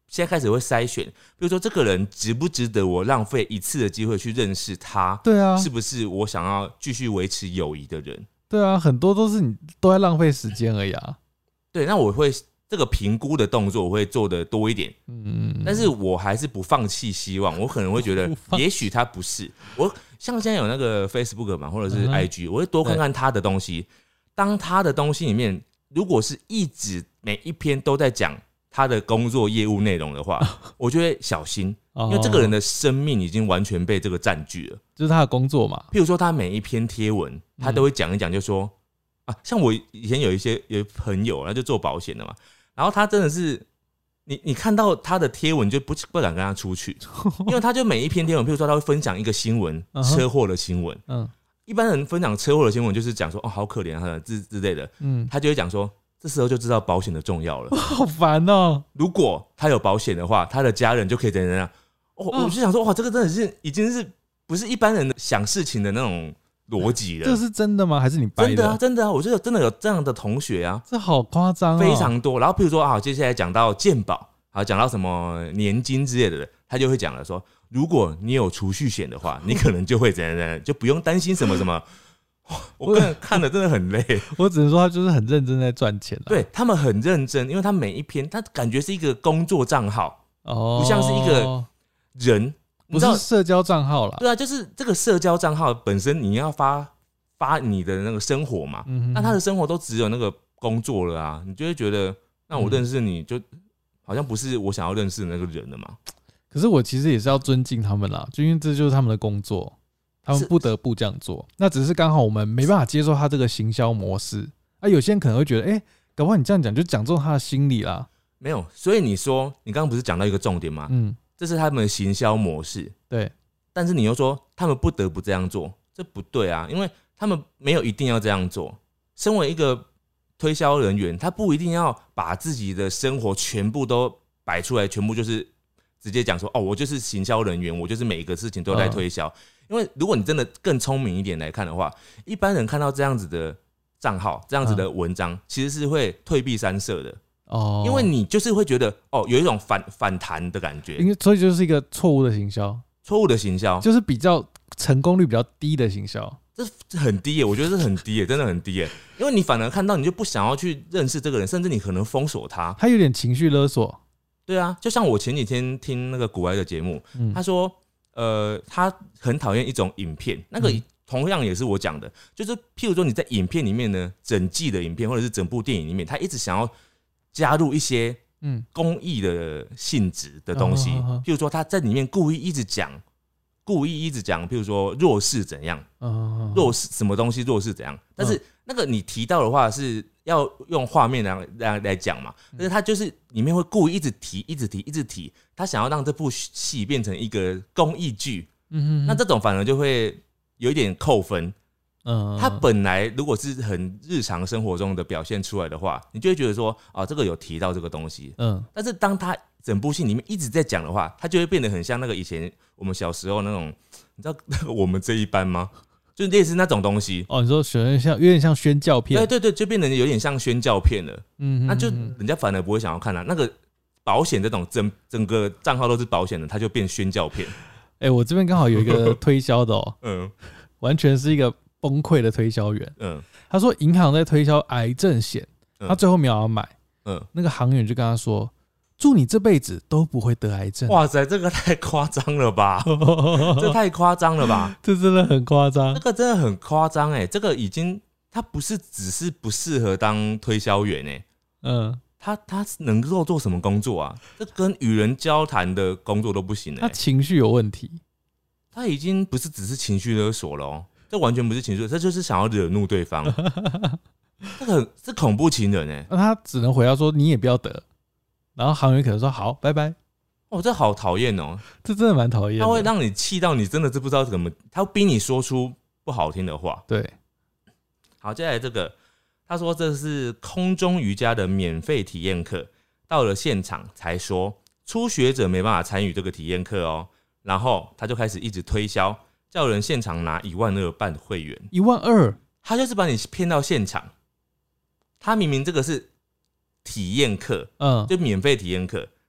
现在开始会筛选，比如说这个人值不值得我浪费一次的机会去认识他？ 对啊， 是不是我想要继续维持友谊的人？ 对啊，很多都是你都在浪费时间而已啊。 对，那我会这个评估的动作我会做的多一点，嗯，但是我还是不放弃希望，我可能会觉得也许他不是我，像现在有那个 Facebook 嘛，或者是 I G，、嗯、我会多看看他的东西。当他的东西里面如果是一直每一篇都在讲他的工作业务内容的话，我就会小心，因为这个人的生命已经完全被这个占据了， 就是他的工作嘛。 譬如说他每一篇贴文，他都会讲一讲，就说、嗯、啊，像我以前有一些有朋友，他就做保险的嘛。然后他真的是，你你看到他的贴文就不不敢跟他出去，因为他就每一篇贴文，譬如说他会分享一个新闻，车祸的新闻。嗯，一般人分享车祸的新闻就是讲说哦好可怜啊之之类的。嗯，他就会讲说，这时候就知道保险的重要了。 好烦哦！ 如果他有保险的话，他的家人就可以怎样怎样。哦，我就想说哇，这个真的是已经是不是一般人想事情的那种逻辑了？ 这是真的吗？还是你掰的？ 真的啊，真的啊！我觉得真的有这样的同学啊， 这好夸张、哦， 非常多。然后，譬如说啊，接下来讲到健保，啊，讲到什么年金之类的，他就会讲了说，如果你有储蓄险的话，你可能就会怎样怎样，就不用担心什么什么。我个人看的真的很累， 我只能说他就是很认真在赚钱。 对他们很认真，因为他每一篇，他感觉是一个工作账号，哦，不像是一个人。 不是社交账号啦， 对啊，就是这个社交账号本身，你要发发你的那个生活嘛，嗯、那他的生活都只有那个工作了啊，你就会觉得，那我认识你就好像不是我想要认识的那个人了嘛。 可是我其实也是要尊敬他们啦，就因为这就是他们的工作，他们不得不这样做。那只是刚好我们没办法接受他这个行销模式啊。有些人可能会觉得，哎、欸，搞不好你这样讲就讲中他的心理啦。 没有，所以你说你刚刚不是讲到一个重点吗？嗯。这是他们的行销模式， 对。 但是你又说他们不得不这样做，这不对啊，因为他们没有一定要这样做。身为一个推销人员，他不一定要把自己的生活全部都摆出来，全部就是直接讲说，哦，我就是行销人员，我就是每一个事情都在推销。嗯、因为如果你真的更聪明一点来看的话，一般人看到这样子的账号、这样子的文章，嗯、其实是会退避三舍的。哦，因为你就是会觉得哦，有一种反反弹的感觉， 所以就是一个错误的行销， 错误的行销就是比较成功率比较低的行销， 这很低耶，我觉得这很低耶，真的很低耶，因为你反而看到你就不想要去认识这个人，甚至你可能封锁他， 他有点情绪勒索。 对啊，就像我前几天听那个古埃的节目，嗯、他说，呃，他很讨厌一种影片，那个同样也是我讲的，就是譬如说你在影片里面呢，整季的影片或者是整部电影里面，他一直想要加入一些公益的性质的东西，嗯、譬如说他在里面故意一直讲，故意一直讲，譬如说弱势怎样，嗯、弱势什么东西弱势怎样，但是那个你提到的话是要用画面来来来讲嘛，但是他就是里面会故意一直提，一直提，一直提，他想要让这部戏变成一个公益剧，嗯、那这种反而就会有一点扣分。嗯，他本来如果是很日常生活中的表现出来的话，你就会觉得说，啊，这个有提到这个东西。嗯，但是当他整部戏里面一直在讲的话，他就会变得很像那个以前我们小时候那种，你知道那个我们这一班吗？就类似那种东西。 哦，你说有像有点像宣教片？ 对对对，就变得有点像宣教片了。嗯，那就人家反而不会想要看了、啊。那个保险这种整整个账号都是保险的，它就变宣教片。 哎、欸，我这边刚好有一个推销的哦，嗯，完全是一个崩溃的推销员。嗯，他说银行在推销癌症险，他最后没有要买。嗯，那个行员就跟他说：“祝你这辈子都不会得癌症。” 哇塞，这个太夸张了吧！这太夸张了吧！ 这真的很夸张， 这个真的很夸张哎！这个已经他不是只是不适合当推销员哎，嗯，他他能够做什么工作啊？这跟与人交谈的工作都不行哎。 他情绪有问题， 他已经不是只是情绪勒索了哦。这完全不是情绪，这就是想要惹怒对方。这个是恐怖情人哎、欸， 那他只能回答说你也不要得，然后行员可能说好，拜拜。 哦，这好讨厌哦， 这真的蛮讨厌。 他会让你气到你真的是不知道怎么，他会逼你说出不好听的话。 对， 好，接下来这个，他说这是空中瑜伽的免费体验课，到了现场才说初学者没办法参与这个体验课哦，然后他就开始一直推销。叫人现场拿一万二办会员， 一万二， 他就是把你骗到现场。他明明这个是体验课，嗯，就免费体验课。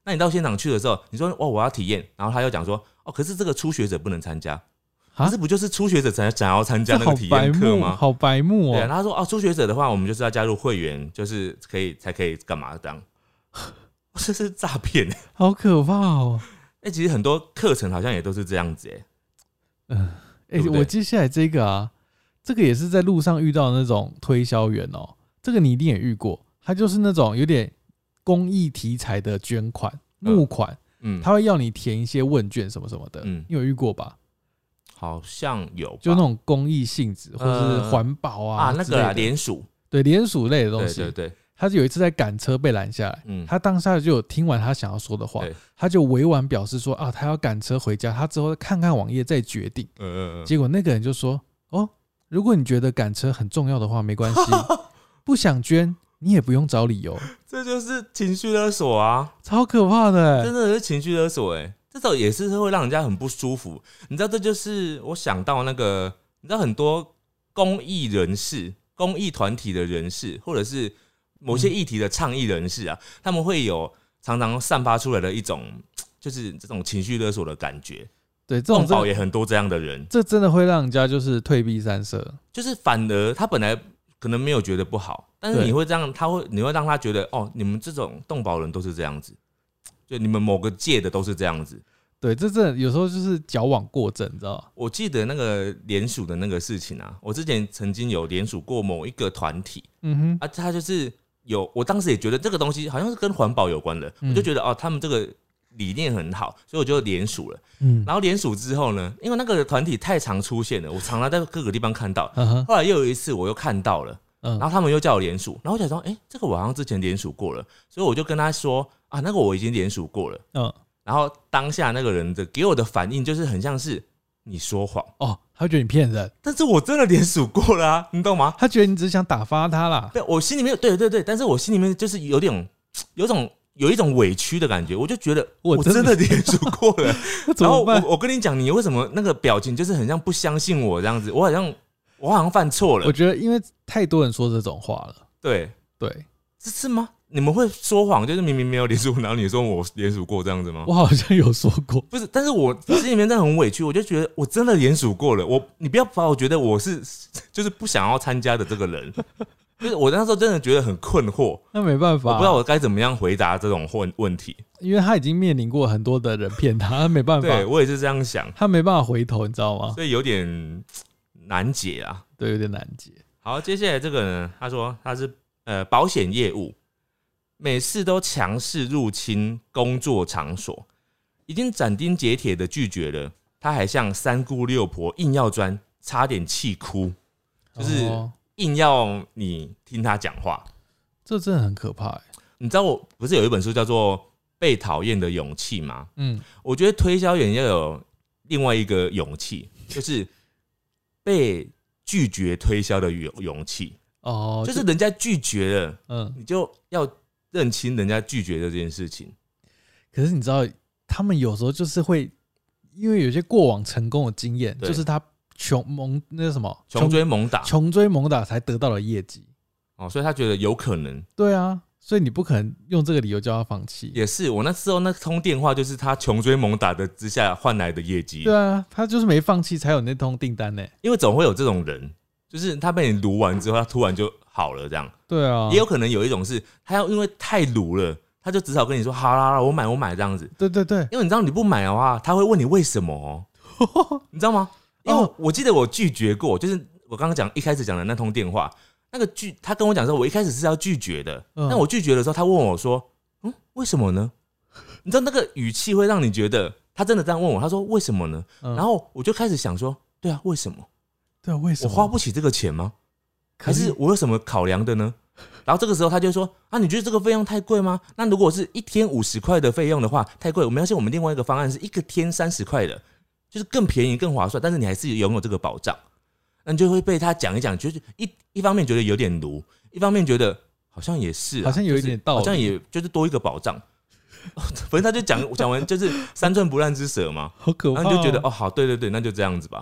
那你到现场去的时候，你说哦我要体验，然后他又讲说哦，可是这个初学者不能参加。可是不就是初学者才想要参加那个体验课吗？ 好白目哦！ 对、啊，他说哦，初学者的话，我们就是要加入会员，就是可以才可以干嘛这样？这是诈骗， 好可怕哦！ 哎、欸，其实很多课程好像也都是这样子哎。 嗯，哎、欸，我接下来这个啊，这个也是在路上遇到的那种推销员哦，这个你一定也遇过，他就是那种有点公益题材的捐款募款，嗯，他会要你填一些问卷什么什么的，嗯，你有遇过吧？ 好像有， 就那种公益性质或是环保啊、 呃、啊那个联署， 对联署类的东西， 对对对。 他有一次在赶车被拦下来，嗯，他当下就有听完他想要说的话，他就委婉表示说啊，他要赶车回家，他之后看看网页再决定。嗯嗯嗯。结果那个人就说，哦，如果你觉得赶车很重要的话，没关系，不想捐你也不用找理由。 这就是情绪勒索啊， 超可怕的、欸， 真的是情绪勒索哎、欸。这种也是会让人家很不舒服，你知道，这就是我想到那个，你知道很多公益人士、公益团体的人士，或者是某些议题的倡议人士啊，嗯、他们会有常常散发出来的一种，就是这种情绪勒索的感觉。 对，这种动保也很多这样的人， 这真的会让人家就是退避三舍， 就是反而他本来可能没有觉得不好，但是你会这样，他会你会让他觉得哦，你们这种动保人都是这样子。就你们某个界的都是这样子， 对，这真的有时候就是矫枉过正，你知道吗？ 我记得那个联署的那个事情啊，我之前曾经有联署过某一个团体，嗯哼，啊，他就是有，我当时也觉得这个东西好像是跟环保有关的，嗯、我就觉得哦，他们这个理念很好，所以我就联署了。嗯，然后联署之后呢，因为那个团体太常出现了，我常常在各个地方看到，嗯、后来又有一次我又看到了。嗯、然后他们又叫我联署，然后我想说，哎、欸，这个我好像之前联署过了，所以我就跟他说啊，那个我已经联署过了。嗯，然后当下那个人的给我的反应就是很像是你说谎哦，他觉得你骗人， 但是我真的联署过了啊，你懂吗？ 他觉得你只是想打发他啦。 对，我心里面对对对，但是我心里面就是有点有种有一种委屈的感觉，我就觉得我真的联署过了，然后我我跟你讲，你为什么那个表情就是很像不相信我这样子，我好像。我好像犯错了， 我觉得因为太多人说这种话了。 对对， 这是吗？你们会说谎，就是明明没有联署，然后你说我联署过这样子吗？ 我好像有说过， 不是，但是我心里面真的很委屈，我就觉得我真的联署过了。我你不要把我觉得我是就是不想要参加的这个人，就是我那时候真的觉得很困惑。 那没办法， 我不知道我该怎么样回答这种问问题， 因为他已经面临过很多的人骗他，他没办法。 对我也是这样想， 他没办法回头，你知道吗？ 所以有点难解啊， 对，有点难解。 好，接下来这个呢，他说他是呃保险业务，每次都强势入侵工作场所，已经斩钉截铁的拒绝了，他还像三姑六婆硬要钻，差点气哭，就是硬要你听他讲话， 这真的很可怕欸。 你知道我不是有一本书叫做《被讨厌的勇气》吗？嗯，我觉得推销员要有另外一个勇气，就是被拒绝推销的勇气哦，就是人家拒绝了，嗯，你就要认清人家拒绝的这件事情。 可是你知道，他们有时候就是会，因为有些过往成功的经验，就是他穷猛那个什么穷追猛打， 穷追猛打才得到了业绩哦，所以他觉得有可能。 对啊，所以你不可能用这个理由叫他放弃。 也是，我那时候那通电话就是他穷追猛打的之下换来的业绩。 对啊，他就是没放弃才有那通订单呢。 因为总会有这种人，就是他被你撸完之后，他突然就好了这样。 对啊， 也有可能有一种是他要因为太撸了，他就只好跟你说好啦啦，我买我买这样子。 对对对， 因为你知道你不买的话，他会问你为什么哦，你知道吗？因为我记得我拒绝过，就是我刚刚讲一开始讲的那通电话。那个拒，他跟我讲说，我一开始是要拒绝的，嗯、但我拒绝的时候，他问我说：“嗯，为什么呢？”你知道那个语气会让你觉得他真的这样问我，他说：“为什么呢？”嗯、然后我就开始想说：“对啊，为什么？ 对啊，为什么？ 我花不起这个钱吗？还是我有什么考量的呢？”然后这个时候他就说：“啊，你觉得这个费用太贵吗？那如果是一天五十块的费用的话，太贵。我们要是我们另外一个方案是一个天三十块的，就是更便宜、更划算，但是你还是拥有这个保障。”那你就会被他讲一讲，就是一一方面觉得有点奴，一方面觉得好像也是、啊， 好像有一点道理， 好像也就是多一个保障。反正他就讲讲完就是三寸不烂之舌嘛， 好可怕、哦。 然后你就觉得哦，好，对对对，那就这样子吧。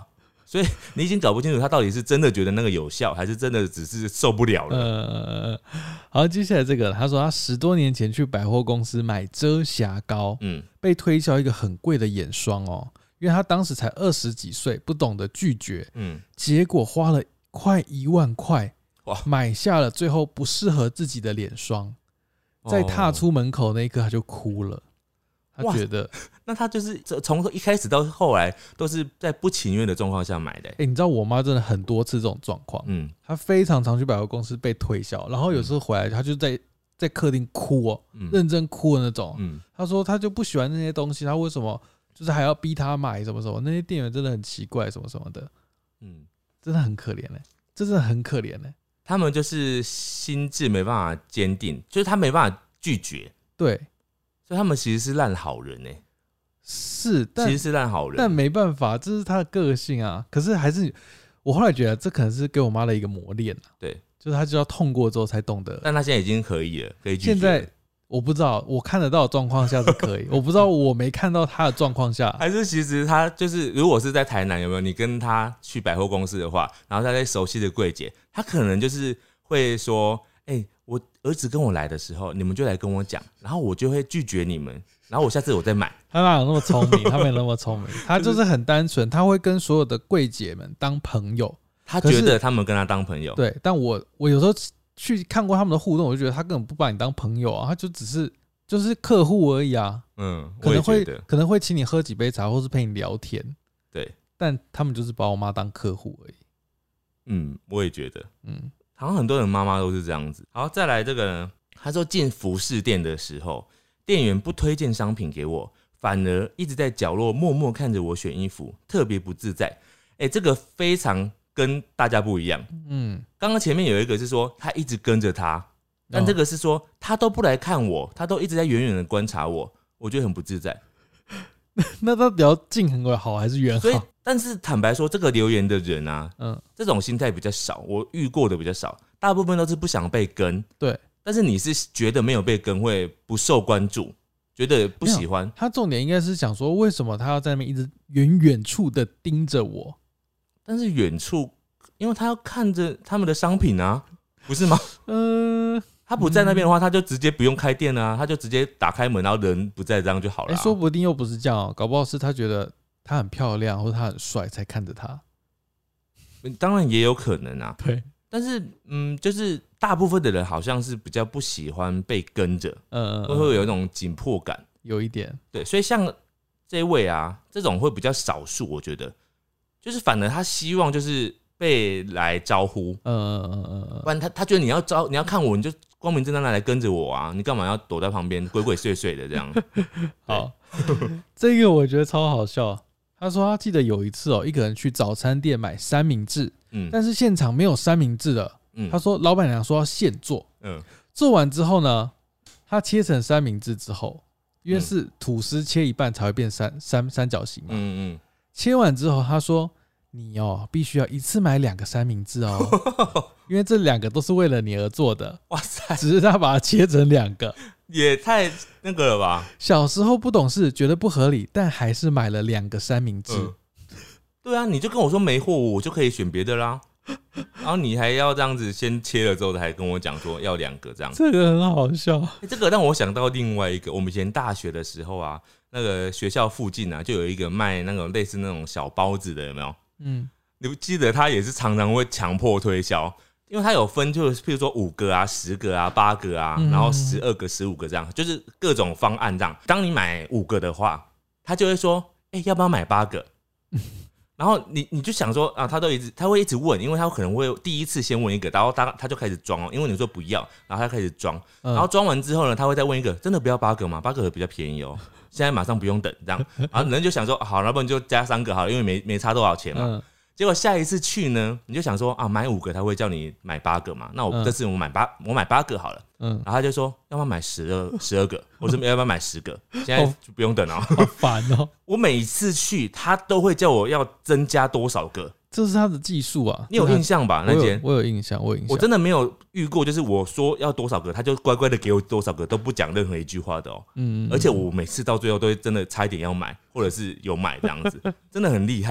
所以你已经搞不清楚他到底是真的觉得那个有效，还是真的只是受不了了。 呃，好，接下来这个，他说他十多年前去百货公司买遮瑕膏，嗯，被推销一个很贵的眼霜哦，因为他当时才二十几岁，不懂得拒绝，嗯，结果花了快一万块，买下了最后不适合自己的脸霜，在踏出门口那一刻他就哭了。他觉得， 那他就是从一开始到后来都是在不情愿的状况下买的、欸。 哎、欸，你知道我妈真的很多次这种状况，嗯，她非常常去百货公司被推销，然后有时候回来她就在在客厅哭哦、喔嗯，认真哭的那种。嗯，她说她就不喜欢那些东西，她为什么就是还要逼她买什么什么？那些店员真的很奇怪，什么什么的。嗯，真的很可怜嘞、欸，真的很可怜嘞、欸。 他们就是心智没办法坚定，就是他没办法拒绝。 对。 所以他们其实是烂好人哎、欸， 是，但其实是烂好人， 但没办法，这是他的个性啊。可是还是，我后来觉得这可能是给我妈的一个磨练啊。 对， 就是他就要痛过之后才懂得。 但他现在已经可以了，可以拒绝了。 现在我不知道，我看得到的状况下是可以，我不知道我没看到他的状况下， 还是其实他就是，如果是在台南有没有？你跟他去百货公司的话，然后他在熟悉的柜姐，他可能就是会说，哎、欸。我儿子跟我来的时候，你们就来跟我讲，然后我就会拒绝你们，然后我下次我再买。 他哪有那么聪明？他没有那么聪明，他就是很单纯，他会跟所有的柜姐们当朋友。 他觉得他们跟他当朋友， 对。但我我有时候去看过他们的互动，我就觉得他根本不把你当朋友啊，他就只是就是客户而已啊。嗯，可能会可能会请你喝几杯茶，或是陪你聊天。 对， 但他们就是把我妈当客户而已。 嗯，我也觉得，嗯。好像很多人妈妈都是这样子。好，再来这个呢，他说进服饰店的时候，店员不推荐商品给我，反而一直在角落默默看着我选衣服，特别不自在。哎、欸，这个非常跟大家不一样。嗯，刚刚前面有一个是说他一直跟着他，但这个是说他都不来看我，他都一直在远远的观察我，我觉得很不自在。 那到底要近很好还是远好？ 所以，但是坦白说，这个留言的人啊，嗯，这种心态比较少，我遇过的比较少，大部分都是不想被跟。 对， 但是你是觉得没有被跟会不受关注，觉得不喜欢。 他重点应该是想说，为什么他要在那边一直远远处的盯着我？ 但是远处，因为他要看着他们的商品啊，不是吗？嗯、呃。他不在那边的话，他就直接不用开店啊，他就直接打开门，然后人不在，这样就好了、啊。 欸、说不定又不是这样、喔，搞不好是他觉得他很漂亮或者他很帅才看着他。 当然也有可能啊， 对。 但是嗯，就是大部分的人好像是比较不喜欢被跟着，嗯，会会有一种紧迫感， 有一点。 对，所以像这位啊，这种会比较少数，我觉得，就是反而他希望就是被来招呼，嗯嗯嗯嗯，不然他他觉得你要招你要看我，你就光明正大的来跟着我啊，你干嘛要躲在旁边鬼鬼祟祟的这样？ 好，这个我觉得超好笑。他说他记得有一次哦、喔，一个人去早餐店买三明治，嗯，但是现场没有三明治了，嗯，他说老板娘说要现做，嗯，做完之后呢，他切成三明治之后，因为是吐司切一半才会变三三三角形嘛，嗯嗯，切完之后他说。你哦、喔，必须要一次买两个三明治哦，因为这两个都是为了你而做的。哇塞！只是他把它切成两个， 也太那个了吧？ 小时候不懂事，觉得不合理，但还是买了两个三明治、嗯。 对啊，你就跟我说没货，我就可以选别的啦。然后你还要这样子先切了之后，还跟我讲说要两个这样， 这个很好笑。 欸、这个让我想到另外一个，我们以前大学的时候啊，那个学校附近啊，就有一个卖那种类似那种小包子的，有没有？嗯，你不记得他也是常常会强迫推销，因为他有分，就是譬如说五个啊、十个啊、八个啊，然后十二个、十五个这样，就是各种方案这样。当你买五个的话，他就会说：“哎、欸，要不要买八个？”然后你你就想说啊，他都一直他会一直问，因为他可能会第一次先问一个，然后他他就开始装哦，因为你说不要，然后他开始装，然后装完之后呢，他会再问一个，真的不要八个吗？八个比较便宜哦。现在马上不用等，这样，然后人就想说，好，要不然就加三个好了，因为没没差多少钱嘛。嗯、结果下一次去呢，你就想说啊，买五个他会叫你买八个嘛，那我这次我买八，我买八个好了。嗯，然后他就说，要不要买十二十二个？我说要不要买十个？现在就不用等了， 好烦哦。 我每次去，他都会叫我要增加多少个。 这是他的技术啊， 你有印象吧？那间我有印象，我有印象。 我真的没有遇过，就是我说要多少个，他就乖乖的给我多少个，都不讲任何一句话的哦。嗯，而且我每次到最后都会真的差一点要买，或者是有买这样子，真的很厉害。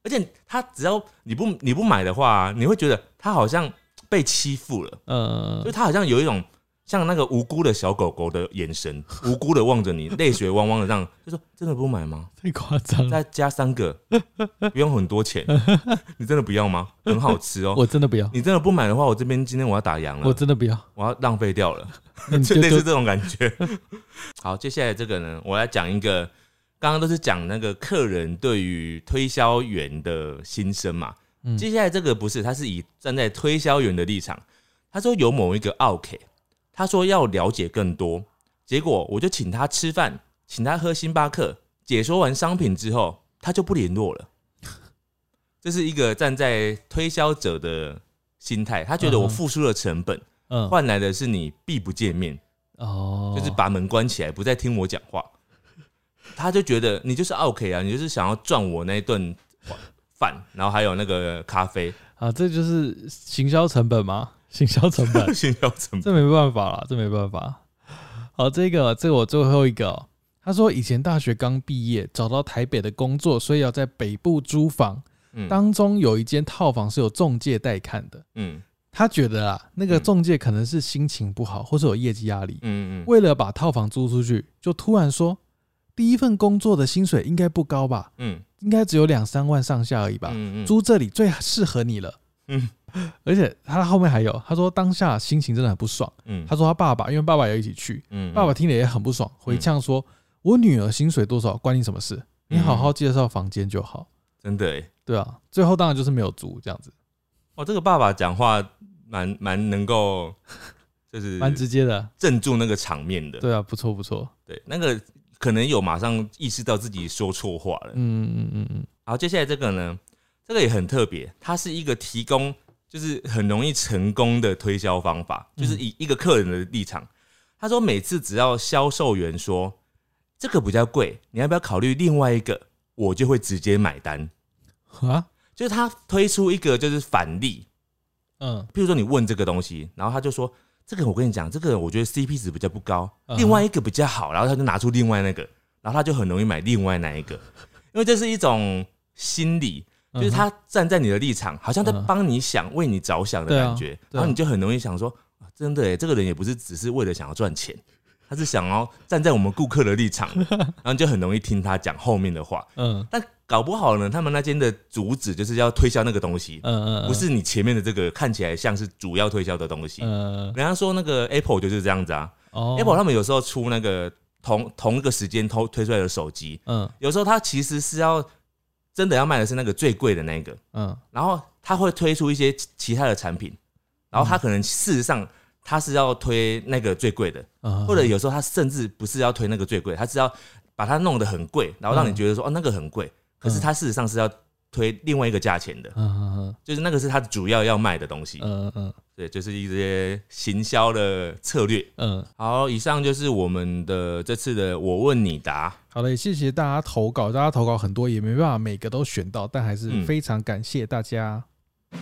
而且他只要你不你不买的话，你会觉得他好像被欺负了，嗯，就他好像有一种像那个无辜的小狗狗的眼神，无辜的望着你，泪水汪汪的这样，就说真的不买吗？ 太夸张了， 再加三个，不用很多钱，你真的不要吗？很好吃哦， 我真的不要。 你真的不买的话，我这边今天我要打烊了， 我真的不要， 我要浪费掉了，就类似这种感觉。好，接下来这个呢，我来讲一个。刚刚都是讲那个客人对于推销员的心声嘛，嗯、接下来这个不是，他是以站在推销员的立场，他说有某一个奥客，他说要了解更多，结果我就请他吃饭，请他喝星巴克，解说完商品之后，他就不联络了。这是一个站在推销者的心态，他觉得我付出了成本，嗯，换来的是你避不见面，哦，就是把门关起来，不再听我讲话。他就觉得你就是 OK 啊，你就是想要赚我那一顿饭，然后还有那个咖啡啊，这就是行销成本吗？行销成本， 行销成本， 这没办法啦，这没办法。好，这个这个我最后一个、喔，他说以前大学刚毕业，找到台北的工作，所以要在北部租房，嗯、当中有一间套房是有仲介带看的，嗯。他觉得啊，那个仲介可能是心情不好，或是有业绩压力，嗯嗯，为了把套房租出去，就突然说。第一份工作的薪水应该不高吧？嗯，应该只有两三万上下而已吧。嗯嗯，租这里最适合你了。嗯，而且他后面还有，他说当下心情真的很不爽。嗯，他说他爸爸，因为爸爸也一起去，嗯，爸爸听了也很不爽，回呛说：“嗯、我女儿薪水多少关你什么事？你好好介绍房间就好。” 真的哎， 对啊，最后当然就是没有租这样子。 哦，这个爸爸讲话蛮蛮能够，就是蛮直接的， 镇住那个场面的。 对啊，不错不错。 对，那个。可能有马上意识到自己说错话了。嗯嗯嗯嗯。好，接下来这个呢，这个也很特别，它是一个提供就是很容易成功的推销方法，就是以一个客人的立场，他说每次只要销售员说这个比较贵，你要不要考虑另外一个，我就会直接买单。啊，就是他推出一个就是反例，嗯，譬如说你问这个东西，然后他就说。这个我跟你讲，这个我觉得 C P 值比较不高，另外一个比较好，然后他就拿出另外那个，然后他就很容易买另外那一个，因为这是一种心理，就是他站在你的立场，好像在帮你想、为你着想的感觉，然后你就很容易想说，真的耶，这个人也不是只是为了想要赚钱，他是想要站在我们顾客的立场，然后你就很容易听他讲后面的话，嗯，但搞不好呢，他们那间的主旨就是要推销那个东西，嗯嗯，不是你前面的这个看起来像是主要推销的东西。嗯，人家说那个 Apple 就是这样子啊，哦 ，Apple 他们有时候出那个同同一个时间推推出来的手机，嗯，有时候他其实是要真的要卖的是那个最贵的那个，嗯，然后他会推出一些其他的产品，然后他可能事实上他是要推那个最贵的，嗯，或者有时候他甚至不是要推那个最贵，他是要把它弄得很贵，然后让你觉得说、嗯、哦那个很贵。可是他事实上是要推另外一个价钱的，嗯，就是那个是他主要要卖的东西，嗯嗯，对，就是一些行销的策略，嗯，好，以上就是我们的这次的我问你答。 好的，谢谢大家投稿，大家投稿很多，也没办法每个都选到，但还是非常感谢大家。嗯、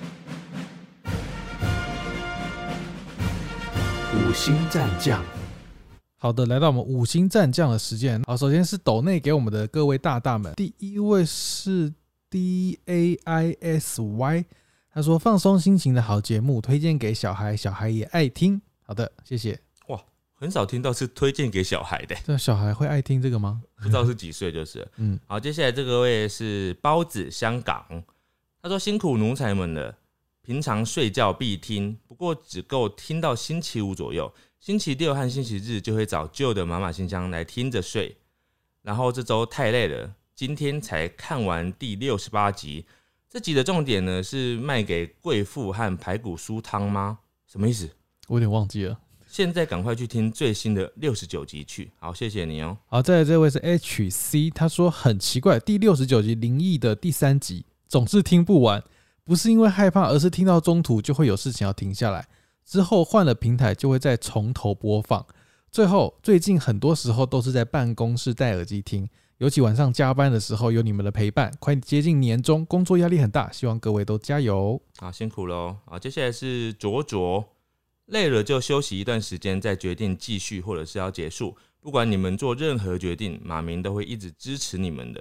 五星战将。好的，来到我们五星战将的时间。好，首先是斗内给我们的各位大大们，第一位是 D A I S Y， 他说放松心情的好节目，推荐给小孩，小孩也爱听。好的，谢谢。 哇，很少听到是推荐给小孩的， 对，小孩会爱听这个吗？ 不知道是几岁就是了。嗯，好，接下来这个位是包子香港，他说辛苦奴才们了，平常睡觉必听，不过只够听到星期五左右。星期六和星期日就会找旧的马马信箱来听着睡，然后这周太累了，今天才看完第六十八集。这集的重点呢是卖给贵妇和排骨酥汤吗？什么意思？ 我有点忘记了。 现在赶快去听最新的六十九集去。好，谢谢你哦。 好，再来这位是 H C， 他说很奇怪，第六十九集灵异的第三集总是听不完，不是因为害怕，而是听到中途就会有事情要停下来。之后换了平台就会再从头播放，最后最近很多时候都是在办公室戴耳机听，尤其晚上加班的时候有你们的陪伴。快接近年终，工作压力很大，希望各位都加油。 好，辛苦了。好，接下来是卓卓，累了就休息一段时间，再决定继续或者是要结束。不管你们做任何决定，马明都会一直支持你们的。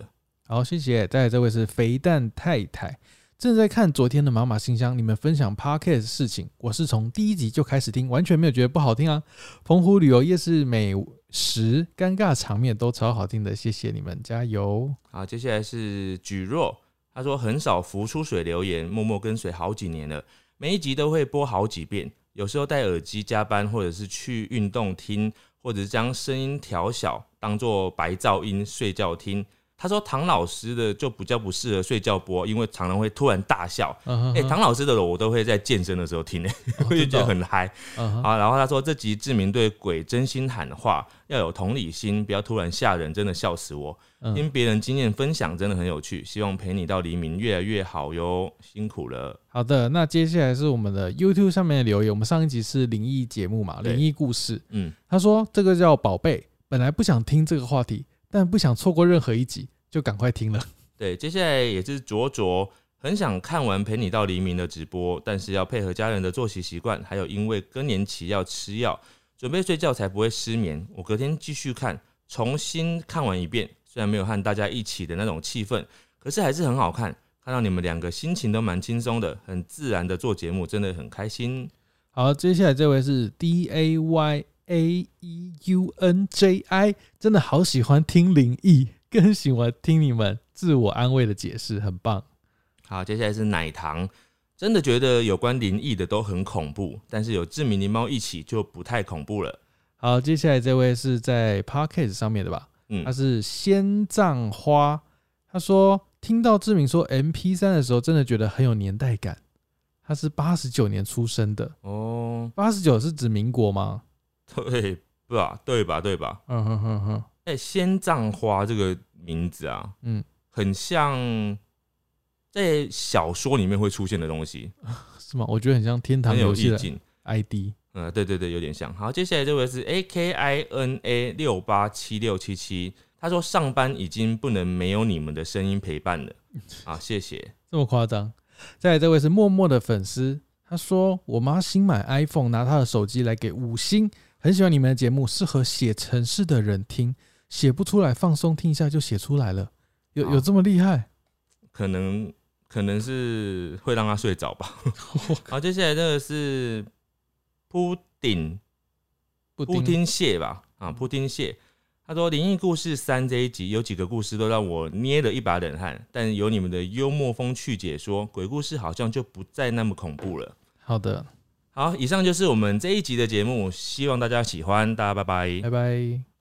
好，谢谢。再来这位是肥蛋太太，正在看昨天的马马信箱，你们分享 podcast 事情，我是从第一集就开始听，完全没有觉得不好听啊。澎湖旅游夜市美食尴尬场面都超好听的，谢谢你们，加油。 好，接下来是举若，他说很少浮出水留言，默默跟随好几年了，每一集都会播好几遍，有时候戴耳机加班，或者是去运动听，或者是将声音调小当作白噪音睡觉听。他说唐老师的就比较不适合睡觉播，因为常常会突然大笑。哎、uh huh. 欸，唐老师的我都会在健身的时候听，我就觉得很嗨。Uh huh. 好，然后他说这集志明对鬼真心喊话，要有同理心，不要突然吓人，真的笑死我。Uh huh. 听别人经验分享真的很有趣，希望陪你到黎明越来越好哟，辛苦了。 好的，那接下来是我们的 YouTube 上面的留言，我们上一集是灵异节目嘛，灵异故事。嗯，他说这个叫宝贝，本来不想听这个话题，但不想错过任何一集，就赶快听了。 对，接下来也是卓卓，很想看完陪你到黎明的直播，但是要配合家人的作息习惯，还有因为更年期要吃药，准备睡觉才不会失眠。我隔天继续看，重新看完一遍，虽然没有和大家一起的那种气氛，可是还是很好看。看到你们两个心情都蛮轻松的，很自然的做节目，真的很开心。 好，接下来这位是 D A Y A E U N J I， 真的好喜欢听灵异，更喜欢听你们自我安慰的解释，很棒。 好，接下来是奶糖，真的觉得有关灵异的都很恐怖，但是有志明灵猫一起就不太恐怖了。 好，接下来这位是在 Podcast 上面的吧？嗯，他是仙葬花，他说听到志明说 M P 三 的时候，真的觉得很有年代感。他是八十九年出生的哦，八十九是指民国吗？ 对吧？对吧？对吧？ 嗯哼哼哼。 哎、欸，仙葬花这个名字啊，嗯，很像在小说里面会出现的东西， 是吗？我觉得很像天堂游戏的 I D。 嗯，对对对，有点像。好，接下来这位是 A K I N A 六八七六七七，他说上班已经不能没有你们的声音陪伴了。好，谢谢。 这么夸张？再来这位是默默的粉丝，他说我妈新买 iPhone， 拿她的手机来给五星，很喜欢你们的节目，适合写程式的人听，写不出来放松听一下就写出来了，有有这么厉害？ 可能可能是会让他睡着吧。好，接下来这个是布丁布丁蟹吧？啊，布丁蟹。他说灵异故事三这一集有几个故事都让我捏了一把冷汗，但有你们的幽默风趣解说，鬼故事好像就不再那么恐怖了。 好的， 好，以上就是我们这一集的节目，希望大家喜欢，大家拜拜， 拜拜。